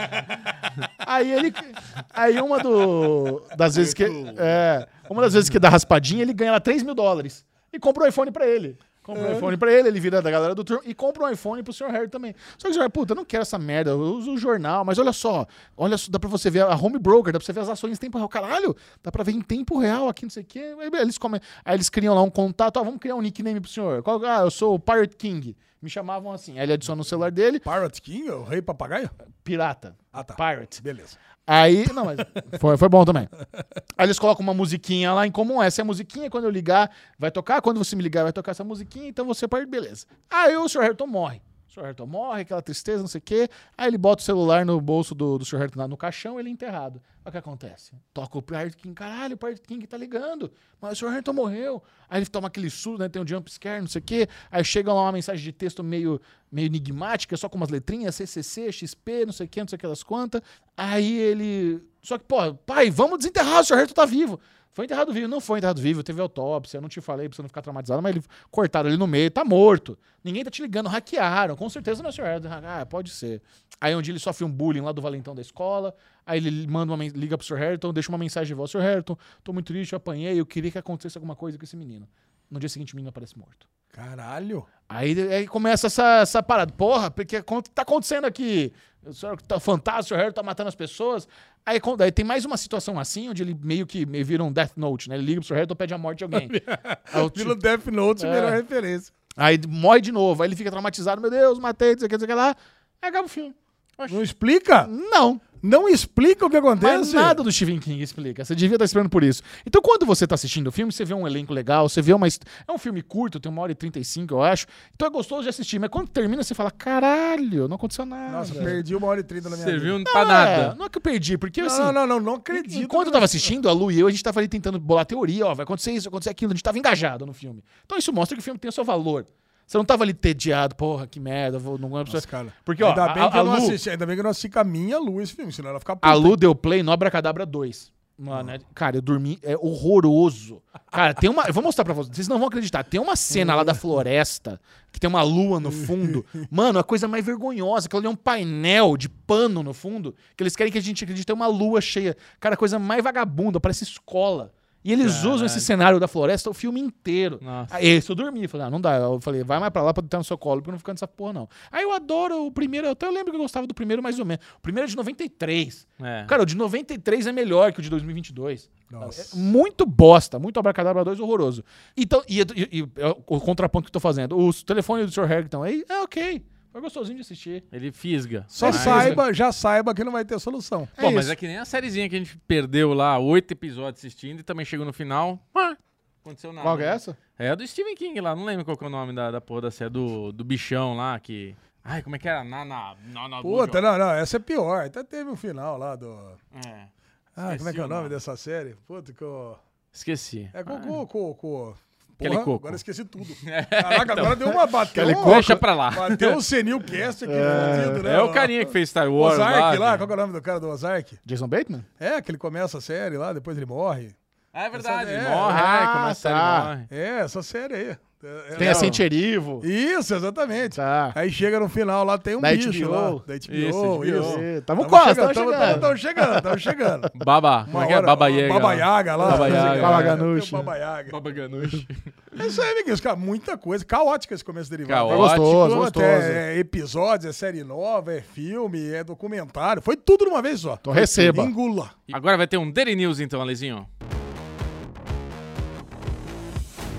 Aí ele... Aí uma do, das vezes que... É, uma das vezes que dá raspadinha, ele ganha lá três mil dólares. E compra um iPhone pra ele. Compra um iPhone pra ele, ele vira da galera do turno e compra um iPhone pro senhor Harry também. Só que o senhor, puta, eu não quero essa merda, eu uso o jornal, mas olha só, olha só, dá pra você ver a home broker, dá pra você ver as ações em tempo real. Caralho, dá pra ver em tempo real aqui, não sei o quê. Aí eles, come... Aí eles criam lá um contato, ó, vamos criar um nickname pro senhor. Qual... Ah, eu sou o Pirate King. Me chamavam assim. Aí ele adiciona no celular dele. Pirate King, o rei papagaio? Pirata. Ah, tá. Pirate. Beleza. Aí, não, mas foi, foi bom também. Aí eles colocam uma musiquinha lá em comum. Essa é a musiquinha, quando eu ligar, vai tocar. Quando você me ligar, vai tocar essa musiquinha. Então você pode, beleza. Aí o senhor Harrington morre. O senhor Harrington morre, aquela tristeza, não sei o quê. Aí ele bota o celular no bolso do, do senhor Harrington lá no caixão, ele é enterrado. Aí o que acontece? Toca o Pirate King. Caralho, o Pirate King tá ligando. Mas o senhor Harrington morreu. Aí ele toma aquele susto, né? Tem um jump scare, não sei o quê. Aí chega lá uma mensagem de texto meio, meio enigmática, só com umas letrinhas, C C C, X P, não sei o quê, não sei o que das quantas. Aí ele... Só que, pô, pai, vamos desenterrar, o senhor Harrington tá vivo. Foi enterrado vivo, não foi enterrado vivo, teve autópsia, eu não te falei pra você não ficar traumatizado, mas ele cortaram ele no meio, tá morto. Ninguém tá te ligando, hackearam, com certeza não é o senhor Harrington. Ah, pode ser. Aí um dia ele sofre um bullying lá do valentão da escola, aí ele manda uma, liga pro senhor Harrington, deixa uma mensagem de voz, senhor Harrington, tô muito triste, eu apanhei, eu queria que acontecesse alguma coisa com esse menino. No dia seguinte o menino aparece morto. Caralho. Aí, aí começa essa, essa parada. Porra, porque o que tá acontecendo aqui? O senhor tá fantasma, o senhor Harry tá matando as pessoas. Aí, aí tem mais uma situação assim, onde ele meio que meio vira um Death Note, né? Ele liga pro senhor Harry e pede a morte de alguém. Aí, Vira tipo, Death Note, é. melhor referência. Aí morre de novo. Aí ele fica traumatizado. Meu Deus, matei, não sei o que, não sei o que lá. Aí acaba o filme. Não explica? Não. Não explica o que acontece? Mas nada do Stephen King explica. Você devia estar esperando por isso. Então, quando você está assistindo o filme, você vê um elenco legal, você vê uma... hist- É um filme curto, tem uma hora e trinta e cinco, eu acho. Então é gostoso de assistir. Mas quando termina, você fala, caralho, não aconteceu nada. Nossa, perdi uma hora e trinta na minha Serviu vida. pra Não, nada. é, não é que eu perdi, porque assim... Não, não, não, não acredito. Enquanto eu tava assistindo, a Lu e eu, a gente tava ali tentando bolar teoria, ó, vai acontecer isso, vai acontecer aquilo, a gente tava engajado no filme. Então isso mostra que o filme tem o seu valor. Você não tava ali tediado, porra, que merda, vou, não Nossa, cara. Porque, ó, ainda, a, bem que a eu não Lu, assisti, ainda bem que eu não assisti com a minha Lu esse filme, senão ela fica puta. a Lu deu play no Abracadabra dois. Mano, é- cara, eu dormi, é horroroso. Cara, tem uma, eu vou mostrar pra vocês, vocês não vão acreditar, tem uma cena lá da floresta, que tem uma lua no fundo. Mano, a coisa mais vergonhosa, aquilo ali é um painel de pano no fundo, que eles querem que a gente acredite que tem uma lua cheia. Cara, a coisa mais vagabunda, parece escola. E eles Caralho. usam esse cenário da floresta o filme inteiro. Nossa. Aí esse eu dormi, falei, ah, não dá. Eu falei, vai mais pra lá pra deitar no seu colo, porque eu não ficar nessa porra, não. Aí eu adoro o primeiro, eu até lembro que eu gostava do primeiro mais ou menos. O primeiro é de noventa e três. É. Cara, o de noventa e três é melhor que o de dois mil e vinte e dois. Nossa. É muito bosta, muito Abracadabra dois horroroso. Então, e, e- e é o contraponto que eu tô fazendo. O telefone do senhor Harrington aí é ok. Foi gostosinho de assistir. Ele fisga. Só Mas- saiba, já saiba que não vai ter solução. É Pô, mas isso. é que nem a sériezinha que a gente perdeu lá, oito episódios assistindo e também chegou no final. Ah, aconteceu nada. Qual que é né? essa? É a do Stephen King lá, não lembro qual que é o nome da, da porra da série, do, do bichão lá que... Ai, como é que era? Nana... Nana Puta, não, não, essa é pior. Até teve um final lá do... É, Ah, como é que é o o nome nome. dessa série? Puta, que eu... esqueci. É com... Ah, com, com, com... Aquele Porra, coco. agora eu esqueci tudo. Caraca, agora deu uma... Bateu, Aquele um- coco. Deixa pra lá. Bateu um senil cast aqui fudido, né? É o carinha que fez Star Wars Ozark lá. lá, qual que é o nome do cara do Ozark? Jason Bateman? É, que ele começa a série lá, depois ele morre. Ah, é verdade, Essa- ele é. morre, Ah, ai, começa tá. a morre. É, essa série aí. É, Tem é, a Saint Erivo. Isso, exatamente. Tá. Aí chega no final lá, tem um Da bicho H B O. lá. Da H B O, Isso, H B O. isso. É, Tamo Tamo quase, chegando, tamo tamo- chegando. tamo chegando, tamo chegando. Baba, como Uma é que é? hora, Baba Yaga. Baba Yaga lá. Baba Yaga. Baba Ganoush. Baba Yaga. Baba Ganoush. É isso aí, amiguinhos, cara, muita coisa. Caótica esse começo derivado. Caótico. É gostoso, Pô, gostoso. até, é episódios, é série nova, é filme, é documentário. Foi tudo de uma vez só. Então receba. Engula. Agora vai ter um Daily News então, Alezinho.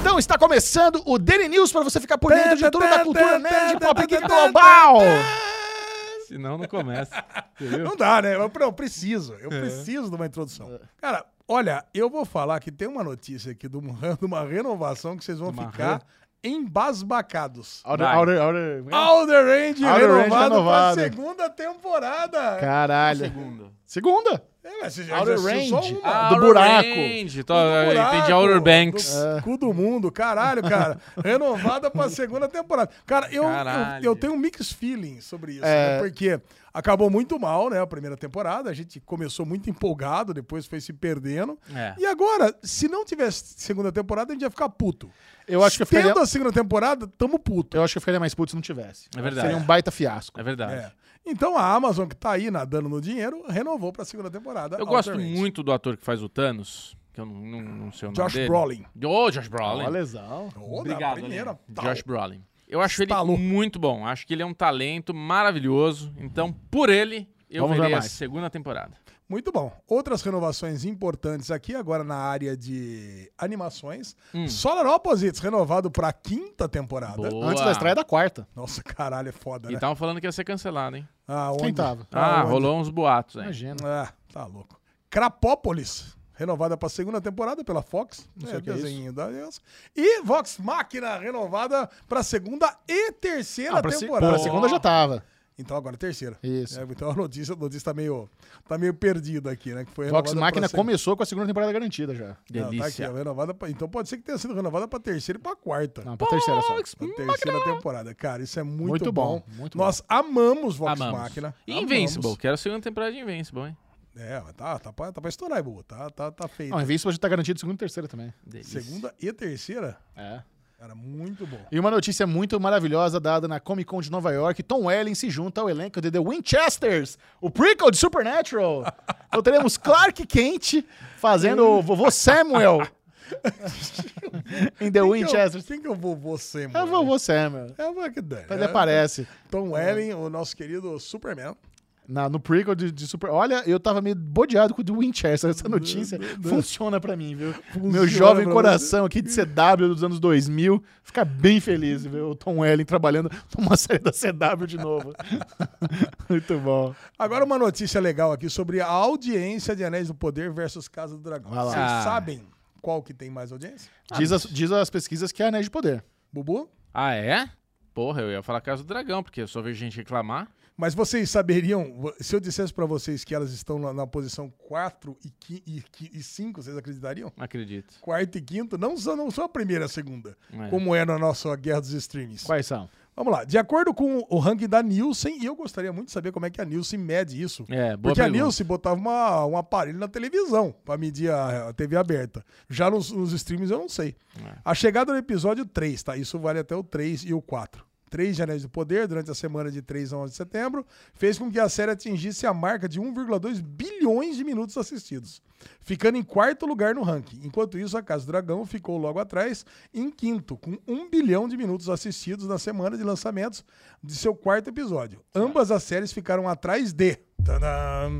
Então está começando o Daily News para você ficar por dentro de tudo da cultura nerd pop geek global. Senão não começa. Entendeu? Não dá, né? Eu, eu preciso. Eu preciso de uma introdução. Cara, olha, eu vou falar que tem uma notícia aqui de uma, de uma renovação que vocês vão Uma ficar embasbacados. Outer, Vai. outer, outer... Outer Range Outer Range renovado renovado. pra segunda temporada. Caralho. Segunda. Segunda. É, mas você já Outer assistiu só Range. uma. Ah, do buraco. Range. Tô, Do eu buraco, entendi Outer Banks. Do cu do mundo, caralho, cara. Renovada pra segunda temporada. Cara, eu, eu, Caralho. eu tenho mixed feelings sobre isso, É. né? Porque acabou muito mal, né, a primeira temporada. A gente começou muito empolgado, depois foi se perdendo. É. E agora, se não tivesse segunda temporada, a gente ia ficar puto. Eu acho que eu ficaria, Tendo a segunda temporada, tamo puto. eu acho que eu ficaria mais puto se não tivesse. É verdade. Seria um baita fiasco. É verdade. É. Então a Amazon, que tá aí nadando no dinheiro, renovou pra segunda temporada. Eu Outer gosto Range. muito do ator que faz o Thanos, que eu não, não, não sei o nome Josh dele. Brolin. Ô, Josh Brolin. Olha, lesão. Oh, da Obrigado, primeira, Aline. tal. Josh Brolin. Eu acho Estalou. ele muito bom. Acho que ele é um talento maravilhoso. Então, por ele, eu Vamos ver verei a mais. segunda temporada. Muito bom. Outras renovações importantes aqui, agora na área de animações. Hum. Solar Opposites, renovado pra quinta temporada. Boa. Antes da estreia da quarta. Nossa, caralho, é foda, E né? estavam falando que ia ser cancelado, hein? Ah, Quem onde? tava? Ah, onde? rolou uns boatos aí. Imagina. Ah, tá louco. Crapópolis, renovada pra segunda temporada pela Fox. Não sei É, o que é isso. desenho da E Vox Machina, renovada pra segunda e terceira Ah, pra, se, temporada. pra segunda já tava. Então agora a terceira. Isso. É, então a notícia, a notícia tá meio, tá meio perdida aqui, né? Que foi Vox renovada Machina pra segunda. começou com a segunda temporada garantida já. Não, tá aqui, Delícia. ó, renovada pra- então pode ser que tenha sido renovada pra terceira e pra quarta. Não, pra terceira só. Pra terceira temporada. Cara, isso é muito, Muito bom. bom, muito bom. Nós amamos Vox Amamos. Machina. E Amamos. Invincible. Quero a segunda temporada de Invincible, hein? É, mas tá, tá, pra, tá pra estourar, Bubu. Tá, tá, tá feito. Não, Invincible já tá garantido segunda e terceira também. Delícia. Segunda e terceira? É. Cara, muito bom. E uma notícia muito maravilhosa dada na Comic Con de Nova York: Tom Welling se junta ao elenco de The Winchesters, o prequel de Supernatural. Então teremos Clark Kent fazendo o vovô Samuel em The Quem Winchesters. Que eu, quem que eu vou você, É mano? o vovô Samuel. É o que der. Ele aparece. Tom Welling, o nosso querido Superman. Na, no prequel de, de Super... Olha, eu tava meio bodeado com o The Winchester. Essa notícia funciona pra mim, viu? Meu jovem pra coração aqui de C W dos anos dois mil fica bem feliz de ver o Tom Welling trabalhando numa série da C W de novo. Muito bom. Agora uma notícia legal aqui sobre a audiência de Anéis do Poder versus Casa do Dragão. Vai lá. Vocês Ah. sabem qual que tem mais audiência? Diz as, diz as pesquisas que é Anéis de Poder. Bubu? Ah, é? Porra, eu ia falar Casa do Dragão, porque eu só vejo gente reclamar. Mas vocês saberiam, se eu dissesse pra vocês que elas estão na, na posição quatro e cinco, vocês acreditariam? Acredito. Quarto e quinto, não são, não são a primeira e a segunda, É. como é na nossa guerra dos streams. Quais são? Vamos lá, de acordo com o ranking da Nielsen, e eu gostaria muito de saber como é que a Nielsen mede isso. É, boa Porque a pergunta. Nielsen botava uma- um aparelho na televisão pra medir a, a T V aberta. Já nos, nos streams eu não sei. É. A chegada no episódio três, tá? Isso vale até o três e o quatro. três de Anéis do Poder, durante a semana de três a onze de setembro, fez com que a série atingisse a marca de um vírgula dois bilhões de minutos assistidos, ficando em quarto lugar no ranking. Enquanto isso, a Casa do Dragão ficou logo atrás, em quinto, com um bilhão de minutos assistidos na semana de lançamentos de seu quarto episódio. Ambas as séries ficaram atrás de... Tadam!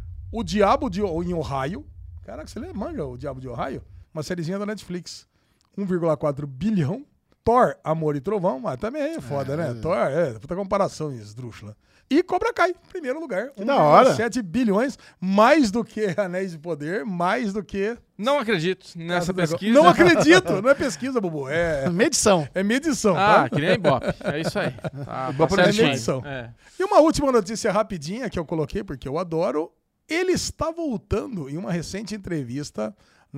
O Diabo de, em Ohio. Caraca, você lembra? Manja o Diabo de Ohio? Uma sériezinha da Netflix. um vírgula quatro bilhão. Thor, Amor e Trovão, mas também é foda, né? Thor, é, puta comparação esdrúxula. E Cobra Kai, primeiro lugar. da hora. sete bilhões, mais do que Anéis de Poder, mais do que... Não acredito nessa pesquisa. Não acredito, não é pesquisa, Bubu, é, Medição. é medição, Ah, tá? que nem Ibope. É isso aí. Tá, Ibope tá não é certinho. medição. É. E uma última notícia rapidinha que eu coloquei, porque eu adoro. Ele está voltando em uma recente entrevista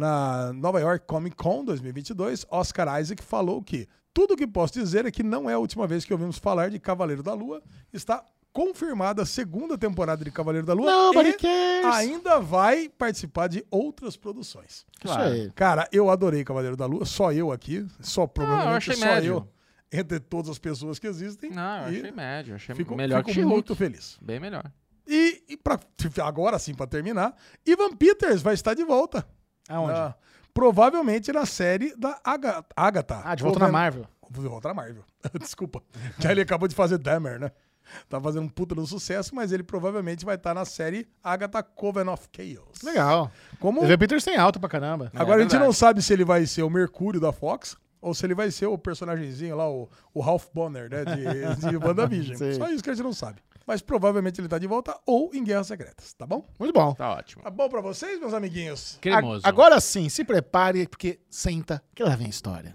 na Nova York Comic Con dois mil e vinte e dois. Oscar Isaac falou que tudo o que posso dizer é que não é a última vez que ouvimos falar de Cavaleiro da Lua. Está confirmada a segunda temporada de Cavaleiro da Lua Nobody e cares. ainda vai participar de outras produções. Claro. Isso aí. Cara, eu adorei Cavaleiro da Lua, só eu aqui, só provavelmente achei só médio. eu, entre todas as pessoas que existem. Não, eu E achei médio. Eu achei fico, melhor fico que She-Hulk. muito feliz. Bem melhor. E, e pra, agora sim, pra terminar, Ivan Peters vai estar de volta. Aonde? Na- provavelmente na série da Aga- Agatha. Ah, de volta na Coven- Marvel. De volta na Marvel. Desculpa. Que ele acabou de fazer Dahmer, né? Tá fazendo um puta no sucesso, mas ele provavelmente vai estar na série Agatha Coven of Chaos. Legal. Como... O Evan Peters tem alta pra caramba. Agora É a gente verdade. não sabe se ele vai ser o Mercúrio da Fox ou se ele vai ser o personagemzinho lá, o, o Ralph Bonner, né, de, de WandaVision. Só isso que a gente não sabe. Mas provavelmente ele tá de volta ou em Guerras Secretas, tá bom? Muito bom. Tá ótimo. Tá bom pra vocês, meus amiguinhos? Cremoso. A- agora sim, se prepare, porque senta que lá vem a história.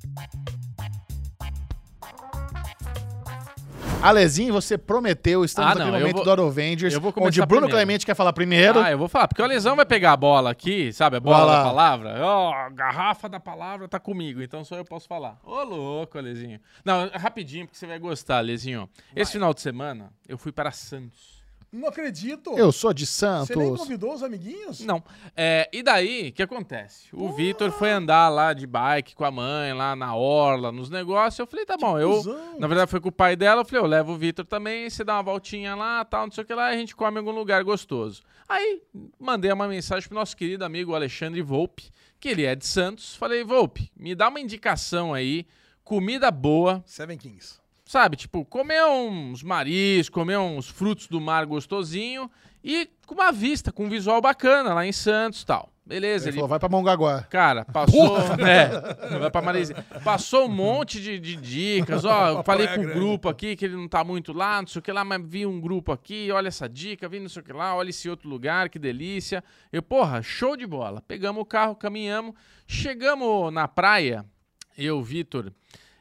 Alezinho, você prometeu, estamos Ah, naquele não, eu momento vou- do Aro Avengers, eu vou começar onde Bruno primeiro. Clemente quer falar primeiro. Ah, eu vou falar, porque o Lesão vai pegar a bola aqui, sabe? A bola Vai lá. da palavra. Ó, a garrafa da palavra tá comigo, então só eu posso falar. Ô, louco, Alezinho. Não, rapidinho, porque você vai gostar, Alezinho. Esse final de semana, eu fui para Santos. Não acredito. Eu sou de Você nem Santos. convidou os amiguinhos? Não. É, e daí, o que acontece? O Vitor foi andar lá de bike com a mãe, lá na orla, nos negócios. Eu falei, tá bom, eu... cuzão. Na verdade, foi com o pai dela. Eu falei, eu levo o Vitor também, você dá uma voltinha lá, tal, não sei o que lá, e a gente come em algum lugar gostoso. Aí, mandei uma mensagem pro nosso querido amigo Alexandre Volpe, que ele é de Santos. Falei, Volpe, me dá uma indicação aí, comida boa, Seven Kings. sabe? Tipo, comer uns mariscos, comer uns frutos do mar gostosinho e com uma vista, com um visual bacana lá em Santos e tal. Beleza, Ele ele... falou, vai pra Mongaguá. Cara, passou. É, vai pra Maresia. Passou um monte de, de dicas. Ó, eu falei praia com o grande. grupo aqui que ele não tá muito lá, não sei o que lá, mas vi um grupo aqui, olha essa dica, vi não sei o que lá, olha esse outro lugar, que delícia. Eu, porra, show de bola. Pegamos o carro, caminhamos, chegamos na praia, eu, Vitor.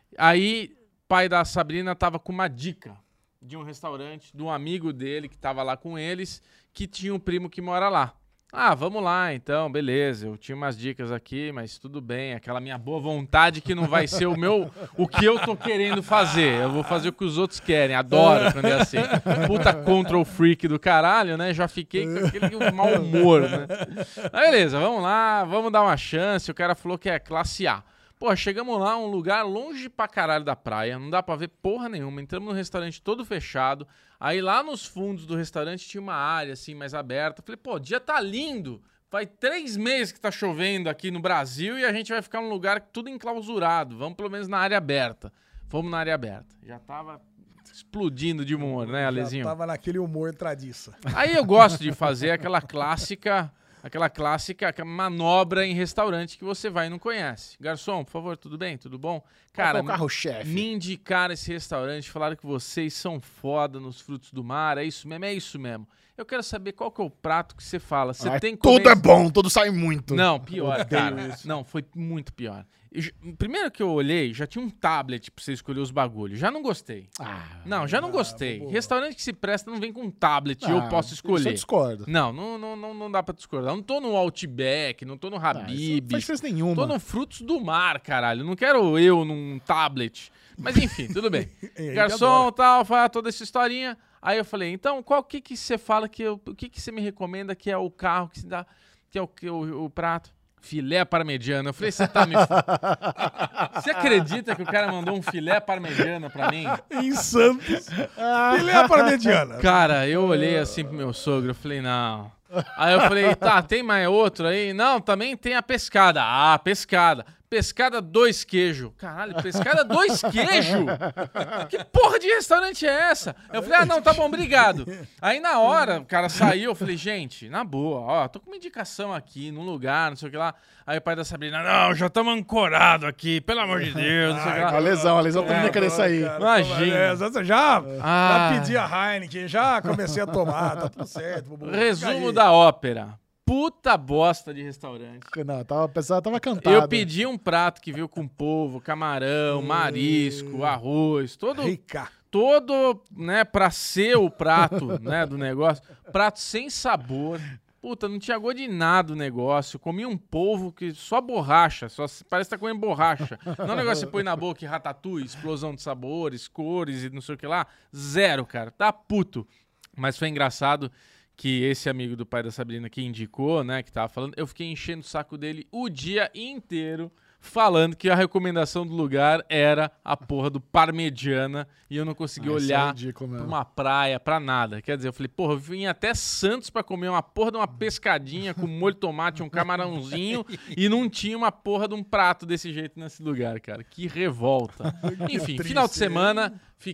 Aí, pai da Sabrina tava com uma dica de um restaurante, de um amigo dele que tava lá com eles, que tinha um primo que mora lá. Ah, vamos lá, então, beleza. Eu tinha umas dicas aqui, mas tudo bem. Aquela minha boa vontade que não vai ser o meu, o que eu tô querendo fazer. Eu vou fazer o que os outros querem. Adoro quando é assim. Puta control freak do caralho, né? Já fiquei com aquele mau humor, né? Mas beleza, vamos lá, vamos dar uma chance. O cara falou que é classe A. Pô, chegamos lá, um lugar longe pra caralho da praia, não dá pra ver porra nenhuma. Entramos no restaurante todo fechado. Aí lá nos fundos do restaurante tinha uma área assim mais aberta. Falei, pô, o dia tá lindo. Faz três meses que tá chovendo aqui no Brasil e a gente vai ficar num lugar tudo enclausurado. Vamos pelo menos na área aberta. Fomos na área aberta. Já tava explodindo de humor, né, Alezinho? Já tava naquele humor tradiça. Aí eu gosto de fazer aquela clássica, aquela clássica manobra em restaurante que você vai e não conhece. Garçom, por favor, tudo bem? Tudo bom? Cara, Qual é o carro-chefe? me indicaram esse restaurante, falaram que vocês são foda nos frutos do mar, é isso mesmo? É isso mesmo. Eu quero saber qual que é o prato que você fala. Você Ai, tem que tudo comer é bom, tudo sai muito. Não, pior, Odeio cara. isso. Não, foi muito pior. Eu já- primeiro que eu olhei, já tinha um tablet pra você escolher os bagulhos. Já não gostei. Ah, Não, já não gostei. Restaurante que se presta não vem com um tablet e eu ah, posso Isso eu escolher. discordo. Não, não, não, não, não dá pra discordar. Eu não tô no Outback, não tô no Ah, isso não Habib. faz diferença nenhuma. Tô no Frutos do Mar, caralho. Não quero eu num tablet. Mas enfim, tudo bem. Ele Garçom, adora. tal, fala toda essa historinha. Aí eu falei, então, qual que que você fala que eu, o que que você me recomenda que é o carro que se dá, que é o, que, o, o prato? Filé parmegiana. Eu falei, você tá me... Você acredita que o cara mandou um filé parmegiana pra mim? Em Santos. Ele é para mediana. Cara, eu olhei assim pro meu sogro, eu falei, não. Aí eu falei, tá, tem mais outro aí? Não, também tem a pescada. Ah, pescada. Pescada dois queijo. Caralho, pescada dois queijo? Que porra de restaurante é essa? Eu falei, ah, não, tá bom, obrigado. Aí na hora, o cara saiu, eu falei, gente, na boa, ó, tô com uma indicação aqui, num lugar, não sei o que lá. Aí o pai da Sabrina, não, já estamos ancorados aqui, pelo amor de Deus, não sei o que A lá. lesão, a lesão também ia querer sair. Cara, Imagina. é, já, já, Ah. já pedi a Heineken, já comecei a tomar, tá tudo certo. Bubu. Resumo Fica aí. da ópera. Puta bosta de restaurante. Não, tava, a pessoa tava cantada. Eu pedi um prato que veio com polvo, camarão, marisco, arroz, todo, Rica. todo, né, pra ser o prato, né, do negócio. Prato sem sabor. Puta, não tinha gosto de nada o negócio. Comi um polvo que só borracha, só parece que tá comendo borracha. Não é um negócio que você põe na boca e ratatouille, explosão de sabores, cores e não sei o que lá. Zero, cara. Tá puto. Mas foi engraçado que esse amigo do pai da Sabrina que indicou, né, que tava falando, eu fiquei enchendo o saco dele o dia inteiro falando que a recomendação do lugar era a porra do parmegiana e eu não consegui Ah, isso é olhar ridículo mesmo. pra uma praia, pra nada. Quer dizer, eu falei, porra, eu vim até Santos pra comer uma porra de uma pescadinha com molho de tomate, um camarãozinho e não tinha uma porra de um prato desse jeito nesse lugar, cara. Que revolta. Enfim, triste, final de hein? semana, fiquei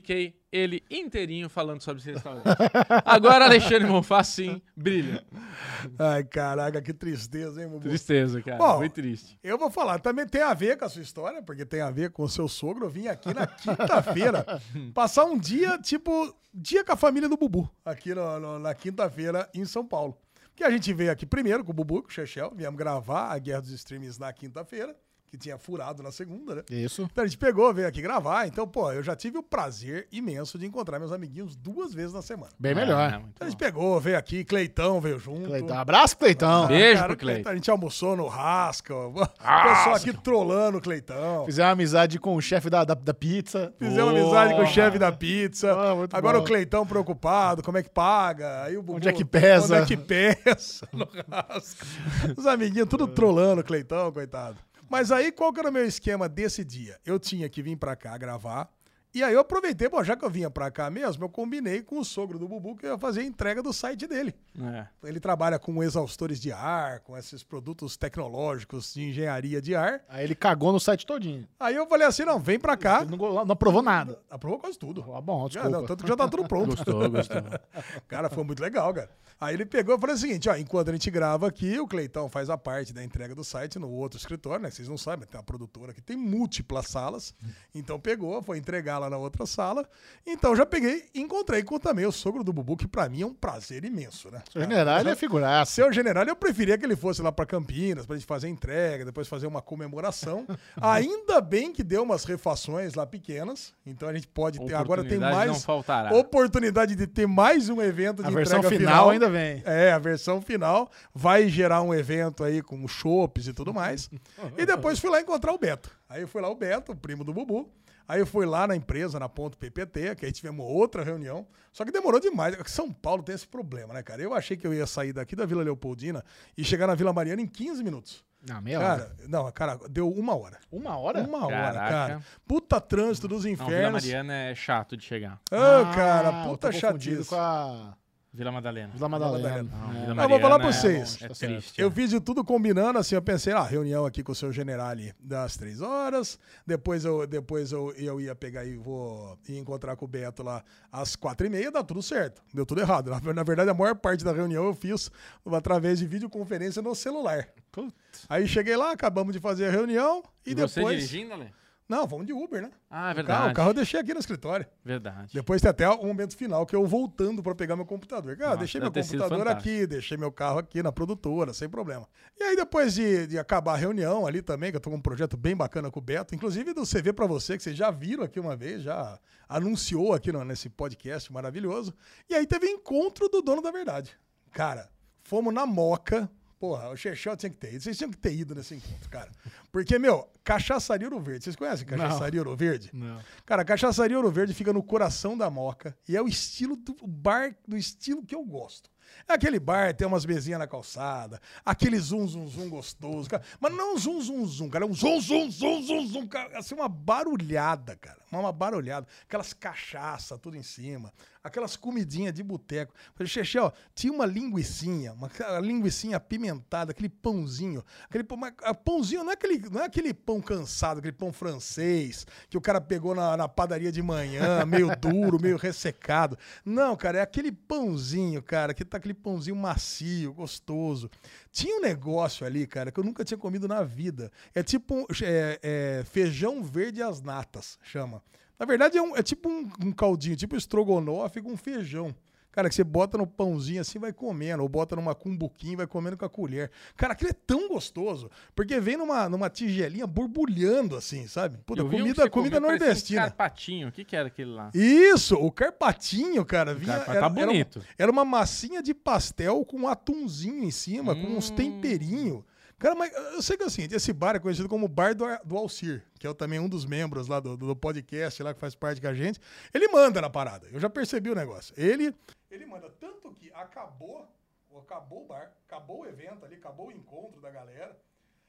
ele inteirinho falando sobre esse restaurante. Agora Alexandre Monfá, sim, brilha. Ai, caraca, que tristeza, hein, Bubu? Tristeza, cara. Bom, muito triste. Eu vou falar, também tem a ver com a sua história, porque tem a ver com o seu sogro. Eu vim aqui na quinta-feira passar um dia, tipo, dia com a família do Bubu, aqui no, no, na quinta-feira em São Paulo. Que a gente veio aqui primeiro com o Bubu, com o Chechel, viemos gravar a Guerra dos Streams na quinta-feira, que tinha furado na segunda, né? Isso. Então a gente pegou, veio aqui gravar. Então, pô, eu já tive o prazer imenso de encontrar meus amiguinhos duas vezes na semana. Bem melhor. É, muito Então a gente bom. pegou, veio aqui, Cleitão veio junto. Cleitão. Abraço, Cleitão. Beijo Cara, pro Cleiton. A gente almoçou no Rasca. O pessoal aqui trolando o Cleitão. Fizemos amizade com o chefe da, da, da pizza. Fizemos Oh, amizade com o chefe da pizza. Ah, muito Agora bom. o Cleitão preocupado, como é que paga? Aí o Bubu, Onde é que pesa? Onde é que pesa no Rasca? Os amiguinhos tudo trolando o Cleitão, coitado. Mas aí, qual que era o meu esquema desse dia? Eu tinha que vir pra cá gravar. E aí eu aproveitei, bom, já que eu vinha pra cá mesmo, eu combinei com o sogro do Bubu que eu ia fazer a entrega do site dele. É. Ele trabalha com exaustores de ar, com esses produtos tecnológicos de engenharia de ar. Aí ele cagou no site todinho. Aí eu falei assim, não, vem pra cá. Ele não, go- não aprovou nada. Aprovou quase tudo. Ah, bom, Já, desculpa. não, tanto que já tá tudo pronto. Gostou, gostou. Cara, foi muito legal, cara. Aí ele pegou e falou o seguinte, ó, enquanto a gente grava aqui, o Cleitão faz a parte da entrega do site no outro escritório, né? Vocês não sabem, tem uma produtora que tem múltiplas salas. Então pegou, foi entregar lá na outra sala. Então já peguei e encontrei com também o sogro do Bubu, que pra mim é um prazer imenso, né? O general ele é figuraça. Seu general, eu preferia que ele fosse lá pra Campinas, pra gente fazer a entrega, depois fazer uma comemoração. Ainda bem que deu umas refações lá pequenas, então a gente pode ter, agora tem Oportunidade mais não faltará. oportunidade de ter mais um evento de A versão entrega final ainda vem. É, a versão final vai gerar um evento aí com chopes e tudo mais. E depois fui lá encontrar o Beto. Aí eu fui lá o Beto, o primo do Bubu. Aí eu fui lá na empresa, na Ponto P P T, que aí tivemos outra reunião. Só que demorou demais. São Paulo tem esse problema, né, cara? Eu achei que eu ia sair daqui da Vila Leopoldina e chegar na Vila Mariana em quinze minutos. Não, meia hora. Cara, não, cara, deu uma hora. Uma hora? Uma hora, Caraca. cara. Puta trânsito dos Não, Vila infernos. Mariana é chato de chegar. Ah, cara, eu puta tô confundido chatice. com a Vila Madalena. Vila Madalena. Madalena. Não, É. Vila Eu Mariana vou falar pra é- vocês. É Tá certo. triste. Eu fiz de tudo combinando, assim, eu pensei, ah, reunião aqui com o seu general ali das três horas, depois eu, depois eu, eu ia pegar e vou ia encontrar com o Beto lá às quatro e meia, dá tudo certo. Deu tudo errado. Na, na verdade, a maior parte da reunião eu fiz através de videoconferência no celular. Putz. Aí cheguei lá, acabamos de fazer a reunião e, E você depois... dirigindo, Ale? Não, vamos de Uber, né? Ah, é O verdade. carro, o carro eu deixei aqui no escritório. Verdade. Depois tem até o momento final que eu voltando pra pegar meu computador. Cara, Nossa, deixei deve meu ter sido computador fantástico. aqui, deixei meu carro aqui na produtora, sem problema. E aí depois de, de acabar a reunião ali também, que eu tô com um projeto bem bacana com o Beto, inclusive do C V pra você, que vocês já viram aqui uma vez, já anunciou aqui no- nesse podcast maravilhoso. E aí teve encontro do dono da verdade. Cara, fomos na Moca. Porra, o Chechel tinha que ter ido. Vocês tinham que ter ido nesse encontro, cara. Porque, meu, Cachaçaria Ouro Verde. Vocês conhecem Cachaçaria Ouro Verde? Não. Cara, a Cachaçaria Ouro Verde fica no coração da Moca e é o estilo do o bar, do estilo que eu gosto. É aquele bar, tem umas mesinhas na calçada, aquele zum, zum, zum gostoso, cara. Mas não um zum, zum, zum, cara. É um zum, zum, zum, zum, zum, cara. Assim, uma barulhada, cara. Uma, uma barulhada. Aquelas cachaça, tudo em cima. Aquelas comidinhas de boteco. Xexé, ó, tinha uma linguicinha, uma uma linguicinha apimentada, aquele pãozinho. Aquele pão, mas, ah, pãozinho não é, aquele, não é aquele pão cansado, aquele pão francês, que o cara pegou na, na padaria de manhã, meio duro, meio ressecado. Não, cara, é aquele pãozinho, cara, que tá aquele pãozinho macio, gostoso. Tinha um negócio ali, cara, que eu nunca tinha comido na vida. É tipo um, é, é, feijão verde às natas, chama. Na verdade, é, um, é tipo um, um caldinho, tipo estrogonofe com feijão. Cara, que você bota no pãozinho assim e vai comendo, ou bota numa cumbuquinha e vai comendo com a colher. Cara, aquilo é tão gostoso, porque vem numa, numa tigelinha borbulhando assim, sabe? Puta, Eu vi um que comida, você comida comeu, parecia um nordestina. carpatinho. O que que era aquele lá? Isso, o carpatinho, cara, vinha, carpa- era, tá era, bonito. uma, era uma massinha de pastel com um atumzinho em cima, com uns Hum. temperinhos. Cara, mas eu sei que é o seguinte, esse bar é conhecido como Bar do, do Alcir, que é também um dos membros lá do, do podcast, lá que faz parte com a gente. Ele manda na parada, eu já percebi o negócio. Ele, ele manda, tanto que acabou, acabou o bar, acabou o evento ali, acabou o encontro da galera,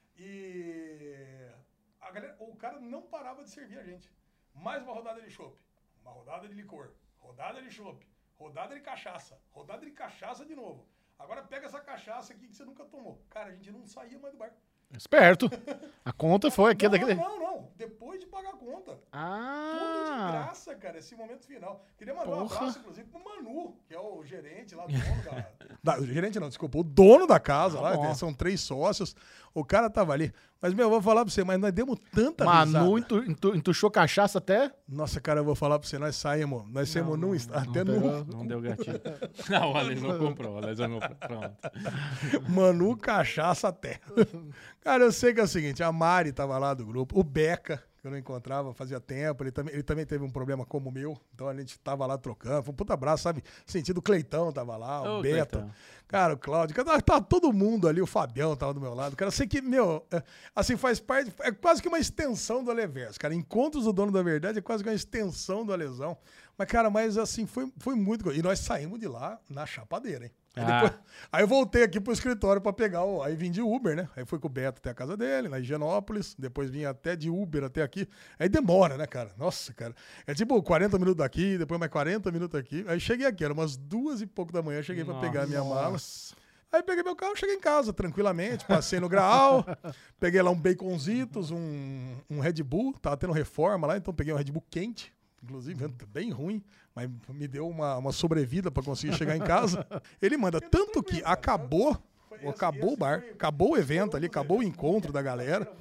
e a galera, o cara não parava de servir a gente. Mais uma rodada de chopp, uma rodada de licor, rodada de chopp, rodada de cachaça, rodada de cachaça de novo. Agora pega essa cachaça aqui que você nunca tomou. Cara, a gente não saía mais do bar. Esperto. A conta foi aqui Não, daquele. não, não, não. depois de pagar a conta. Ah. Tudo de graça, cara, esse momento final. Queria mandar um Porra. abraço, inclusive, pro Manu, que é o gerente lá, dono da... da... O gerente não, desculpa, o dono da casa Ah, lá, bom. são três sócios, o cara tava ali. Mas, meu, eu vou falar pra você, mas nós demos tanta Manu risada. entu, entu, entuchou cachaça até? Nossa, cara, eu vou falar pra você, nós saímos, nós saímos num... est- até no... pegou. Não deu gatilho. Não, o Alisson comprou, o Alisson comprou. Pronto. Manu, cachaça até. Cara, eu sei que é o seguinte, a Mari tava lá do grupo, o Beca, que eu não encontrava fazia tempo, ele também, ele também teve um problema como o meu, então a gente tava lá trocando, foi um puta abraço, sabe? Sentido, o Cleitão tava lá, o Ô, Beto, Cleitão. cara, o Cláudio, cara, tava todo mundo ali, o Fabião tava do meu lado, cara, eu sei que, meu, é, assim, faz parte, é quase que uma extensão do Aleverso, cara, Encontros do Dono da Verdade é quase que uma extensão do Alesão, mas, cara, mas assim, foi, foi muito, e nós saímos de lá na chapadeira, hein? Aí, Ah. depois- aí eu voltei aqui pro escritório pra pegar o. Aí vim de Uber, né? Aí fui com o Beto até a casa dele, na Higienópolis. Depois vim até de Uber até aqui. Aí demora, né, cara? Nossa, cara. É tipo quarenta minutos daqui, depois mais quarenta minutos aqui. Aí cheguei aqui, era umas duas e pouco da manhã. Cheguei pra Nossa. pegar a minha mala. Aí peguei meu carro, cheguei em casa tranquilamente, passei no Graal, peguei lá um baconzitos, um, um Red Bull, tava tendo reforma lá, então peguei um Red Bull quente, inclusive bem ruim, mas me deu uma, uma sobrevida pra conseguir chegar em casa. Ele manda, tanto que acabou, acabou o bar, acabou o evento ali, acabou o encontro da galera,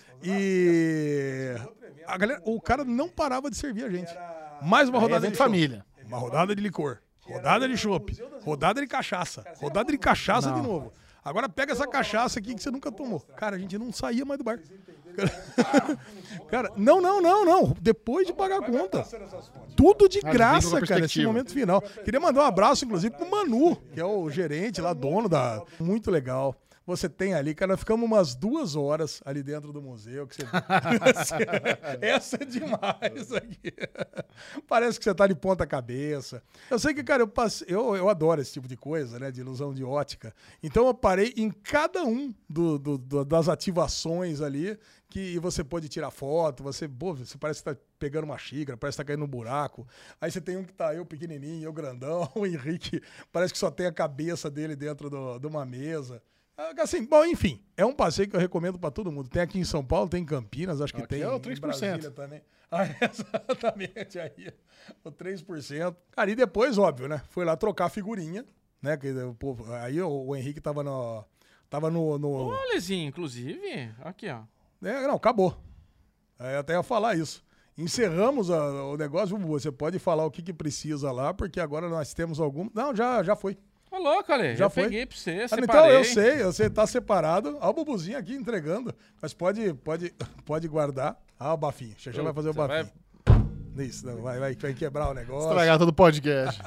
e a galera, o cara não parava de servir a gente. Mais uma Aí é rodada evento de de chopp. família. Uma rodada de licor, rodada de chopp, rodada de cachaça, rodada de cachaça de novo. Agora pega essa cachaça aqui que você nunca tomou. Cara, a gente não saía mais do bar. Cara, não, não, não, não. Depois de pagar a conta. Tudo de Ah, graça, vem com a cara, esse perspectiva. momento final. Queria mandar um abraço, inclusive, pro Manu, que é o gerente lá, dono da... Muito legal. Você tem ali, cara, nós ficamos umas duas horas ali dentro do museu. Que você... Essa é demais aqui. Parece que você tá de ponta cabeça. Eu sei que, cara, eu, passei, eu, eu adoro esse tipo de coisa, né? De ilusão de ótica. Então eu parei em cada um do, do- do- das ativações ali que você pode tirar foto, você, pô, você parece que tá pegando uma xícara, parece que tá caindo no buraco. Aí você tem um que tá eu pequenininho, eu grandão, o Henrique parece que só tem a cabeça dele dentro do- de uma mesa. Ah, Assim, bom, enfim, é um passeio que eu recomendo pra todo mundo. Tem aqui em São Paulo, tem em Campinas, acho que Aqui tem é o em três por cento. Brasília também. Ah, exatamente, aí, o três por cento. Cara, e depois, óbvio, né, foi lá trocar a figurinha, né, que o povo, aí o, o Henrique tava no... Tava no... no Ô, Alezinho, inclusive, aqui, ó. é, não, acabou. Aí eu até ia falar isso. Encerramos a- o negócio, você pode falar o que, que precisa lá, porque agora nós temos algum... Não, já, já foi. Ô, louco, Ale, Já já foi? peguei pra você, Ah, separei. então, eu sei, eu sei, tá separado. Olha o Bubuzinho aqui entregando. Mas pode, pode, pode guardar. Ah, o bafinho. O Xexé vai fazer o Você vai- bafinho. Isso, não, vai, vai, vai quebrar o negócio. Estragar todo o podcast.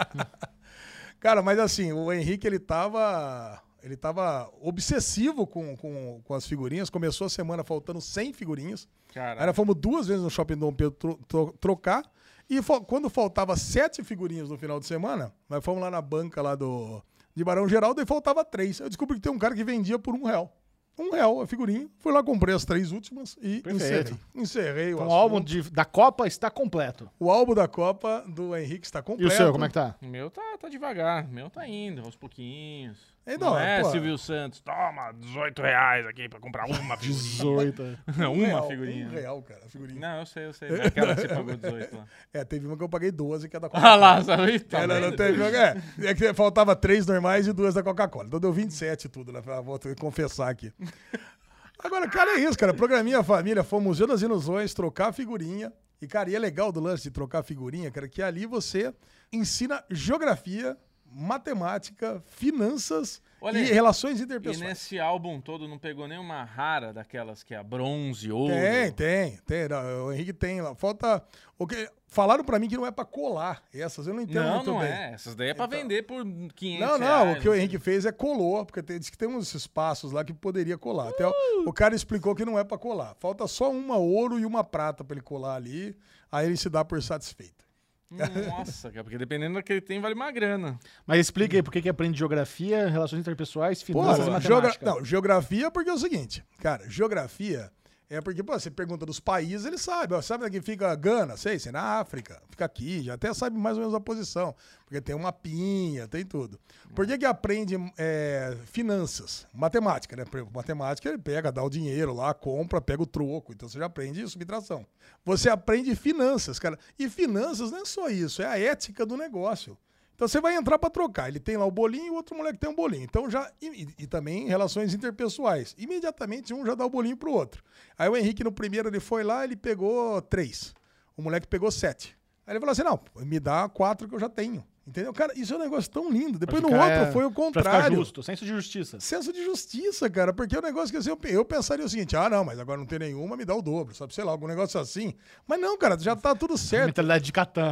Cara, mas assim, o Henrique, ele tava... Ele tava obsessivo com, com, com as figurinhas. Começou a semana faltando cem figurinhas. Cara, Aí nós fomos duas vezes no Shopping Dom Pedro tro- tro- trocar. E fo- quando faltava sete figurinhas no final de semana, nós fomos lá na banca lá do, de Barão Geraldo e faltava três. Eu descobri que tem um cara que vendia por um real. Um real a figurinha. Fui lá, comprei as três últimas e Perfeito. encerrei. Encerrei o Então, o assunto. álbum de- da Copa está completo. O álbum da Copa do Henrique está E completo. o seu, como é que tá? o meu tá, tá devagar, o meu tá indo, aos pouquinhos. É, não, não, é, pô. Silvio Santos, toma dezoito reais aqui pra comprar uma figurinha. dezoito. Não, Um uma real, figurinha. Um real, cara, a figurinha. Não, eu sei, eu sei. Aquela que você pagou dezoito lá. É, teve uma que eu paguei doze, que é da Copa. Ah lá, sabe? Tá É, não, não vendo? teve, é, é que faltava três normais e duas da Coca-Cola. Então deu vinte e sete tudo, né? Vou confessar aqui. Agora, cara, é isso, cara. Programinha Família, foi ao Museu das Ilusões, trocar figurinha. E, cara, e é legal do lance de trocar figurinha, cara, que ali você ensina geografia, matemática, finanças Olha e aí. relações E interpessoais. nesse álbum todo não pegou nenhuma rara daquelas que é bronze, ouro? Tem, tem, tem. Não, o Henrique tem lá. Falta. O que, falaram pra mim que não é pra colar essas, eu não entendo Não, muito não bem. é. Essas daí é pra Então- vender por quinhentos Não, não, reais, o que o sei. Henrique fez é colou, porque tem, diz que tem uns espaços lá que poderia colar. Até o, Uh! o cara explicou que não é pra colar. Falta só uma ouro e uma prata pra ele colar ali, aí ele se dá por satisfeito. Nossa, cara, porque dependendo do que ele tem, vale uma grana. Mas explica aí por que que aprende geografia, relações interpessoais, Pô, finanças e geogra- matemática. não, geografia porque é o seguinte, cara, geografia É porque, pô, você pergunta dos países, ele sabe. Ó, sabe onde fica Gana? Sei, sei, na África. Fica aqui, já até sabe mais ou menos a posição. Porque tem uma pinha, tem tudo. Por que que aprende é, finanças? Matemática, né? Por exemplo, matemática, ele pega, dá o dinheiro lá, compra, pega o troco. Então você já aprende subtração. Você aprende finanças, cara. E finanças não é só isso, é a ética do negócio. Então você vai entrar para trocar. Ele tem lá o bolinho e o outro moleque tem um bolinho. Então já. E, e também relações interpessoais. Imediatamente um já dá o bolinho pro outro. Aí o Henrique, no primeiro, ele foi lá, ele pegou três. O moleque pegou sete. Aí ele falou assim: não, me dá quatro que eu já tenho. Entendeu? Cara, isso é um negócio tão lindo. Depois no outro é, foi o contrário. Pra ficar justo, senso de justiça. Senso de justiça, cara. Porque é um negócio que assim, eu, eu pensaria o seguinte: ah, não, mas agora não tem nenhuma, me dá o dobro. Sabe, sei lá, algum negócio assim. Mas não, cara, já tá tudo certo. Mentalidade de Catan.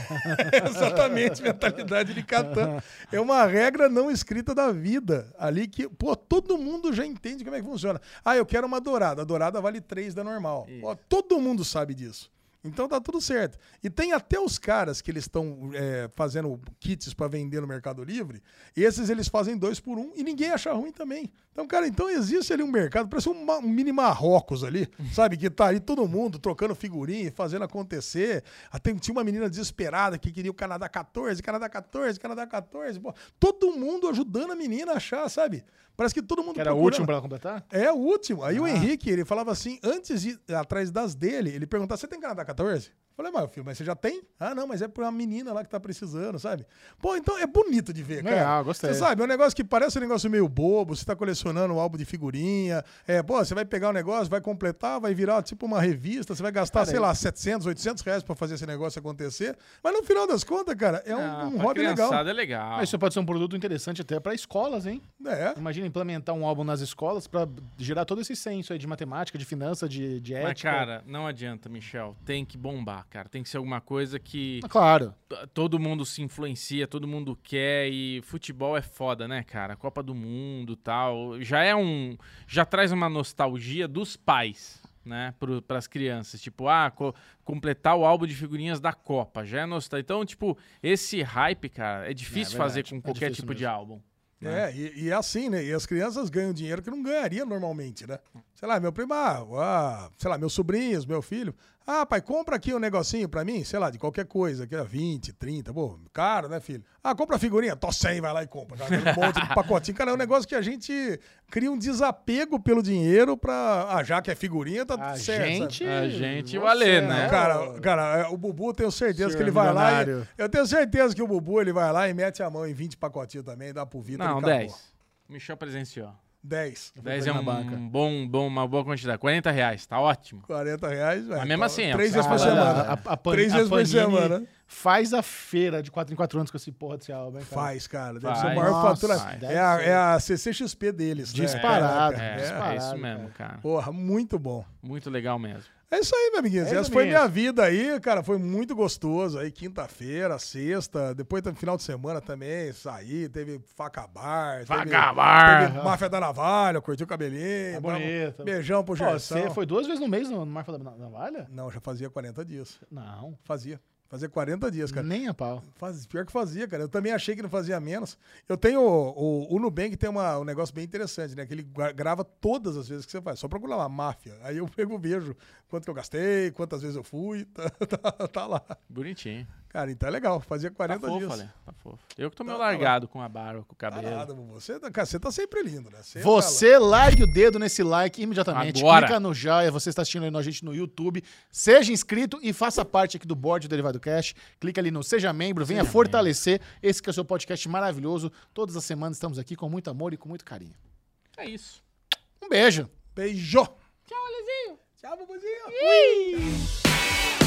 É, exatamente, mentalidade de Catan. É uma regra não escrita da vida. Ali que, pô, todo mundo já entende como é que funciona. Ah, eu quero uma dourada. A dourada vale três da normal. Pô, todo mundo sabe disso. Então tá tudo certo. E tem até os caras que eles estão é, fazendo kits para vender no Mercado Livre, esses eles fazem dois por um e ninguém acha ruim também. Então, cara, então existe ali um mercado, parece um, um mini Marrocos ali, sabe? Que tá ali todo mundo trocando figurinha, fazendo acontecer. Até tinha uma menina desesperada que queria o Canadá quatorze, Canadá quatorze, Canadá quatorze. Pô, todo mundo ajudando a menina a achar, sabe? Parece que todo mundo que era o último pra completar? É, o último. Aí ah. o Henrique, ele falava assim, antes de ir atrás das dele, ele perguntava, você tem Canadá quatorze? Eu falei, mas filho, mas você já tem? Ah, não, mas é pra uma menina lá que tá precisando, sabe? Pô, então é bonito de ver, cara. É, gostei. Você sabe, é um negócio que parece um negócio meio bobo, você tá colecionando um álbum de figurinha, é, pô, você vai pegar um negócio, vai completar, vai virar tipo uma revista, você vai gastar, cara, sei é... lá, setecentos, oitocentos reais pra fazer esse negócio acontecer, mas no final das contas, cara, é um, ah, um hobby legal. é legal. Mas isso pode ser um produto interessante até pra escolas, hein? É. Imagina implementar um álbum nas escolas pra gerar todo esse senso aí de matemática, de finança, de, de ética. Mas, cara, não adianta, Michel, tem que bombar, cara, tem que ser alguma coisa que claro. todo mundo se influencia, todo mundo quer, e futebol é foda, né, cara? Copa do Mundo, tal, já é um, já traz uma nostalgia dos pais, né, para as crianças, tipo, ah, co completar o álbum de figurinhas da Copa, já é nostalgia. Então, tipo, esse hype, cara, é difícil é fazer com qualquer é tipo mesmo. de álbum. É, e, e é assim, né? E as crianças ganham dinheiro que não ganharia normalmente, né? Sei lá, meu primo, ah, sei lá, meus sobrinhos, meu filho. Ah, pai, compra aqui um negocinho pra mim, sei lá, de qualquer coisa, que é vinte, trinta, pô, caro, né, filho? Ah, compra a figurinha, tô cem, vai lá e compra. Um monte de pacotinho. Cara, é um negócio que a gente cria um desapego pelo dinheiro pra... Ah, já que é figurinha, tá a tudo certo. Gente... A gente valer, né? Cara, cara, o Bubu, tenho certeza Senhor que ele vai milionário. lá e... Eu tenho certeza que o Bubu, ele vai lá e mete a mão em vinte pacotinhos também, dá pro Vitor. Não, dez. Michel presenciou. dez. dez é um, um bom, bom, uma boa quantidade. quarenta reais, tá ótimo. quarenta reais, velho. Mas mesmo assim, Três é vezes por semana. A, a, a Três vezes por semana. Faz a feira de quatro em quatro anos com esse porra desse álbum, hein, cara? Faz, cara. Deve faz. ser o maior Nossa, faturamento. É a, é a C C X P deles. Disparado. Né? É, é, disparado, é isso mesmo, cara. Porra, muito bom. Muito legal mesmo. É isso aí, meu amiguinho. É Essa isso foi mesmo. minha vida aí, cara. Foi muito gostoso. Aí, quinta-feira, sexta, depois no final de semana também, saí, teve faca bar. Faca bar. Teve, teve máfia da navalha, curti o cabelinho. É bonito. Beijão pro Pô, Gerson. você foi duas vezes no mês no, no Máfia da Navalha? Não, já fazia quarenta dias. Não. Fazia. Fazia quarenta dias, cara. Nem a pau. Faz, pior que fazia, cara. Eu também achei que não fazia menos. Eu tenho... O, o, o Nubank tem uma, um negócio bem interessante, né? Que ele grava todas as vezes que você faz. Só procura lá, máfia. Aí eu pego, vejo quanto que eu gastei, quantas vezes eu fui. Tá, tá, tá lá. Bonitinho. Cara, então é legal. Fazia quarenta tá fofo, dias. Ale, tá fofo. Eu que tô Tá, meio tá largado com a barba, com o cabelo. Tá nada, você, cara, você tá sempre lindo, né? Você, Você largue o dedo nesse like imediatamente. Agora. Clica no joia. Você está assistindo aí a gente no YouTube. Seja inscrito e faça parte aqui do board do Derivado Cash. Clica ali no Seja Membro. Venha Seja fortalecer membro. Esse que é o seu podcast maravilhoso. Todas as semanas estamos aqui com muito amor e com muito carinho. É isso. Um beijo. Beijo. Tchau, Alezinho. Tchau, babuzinho.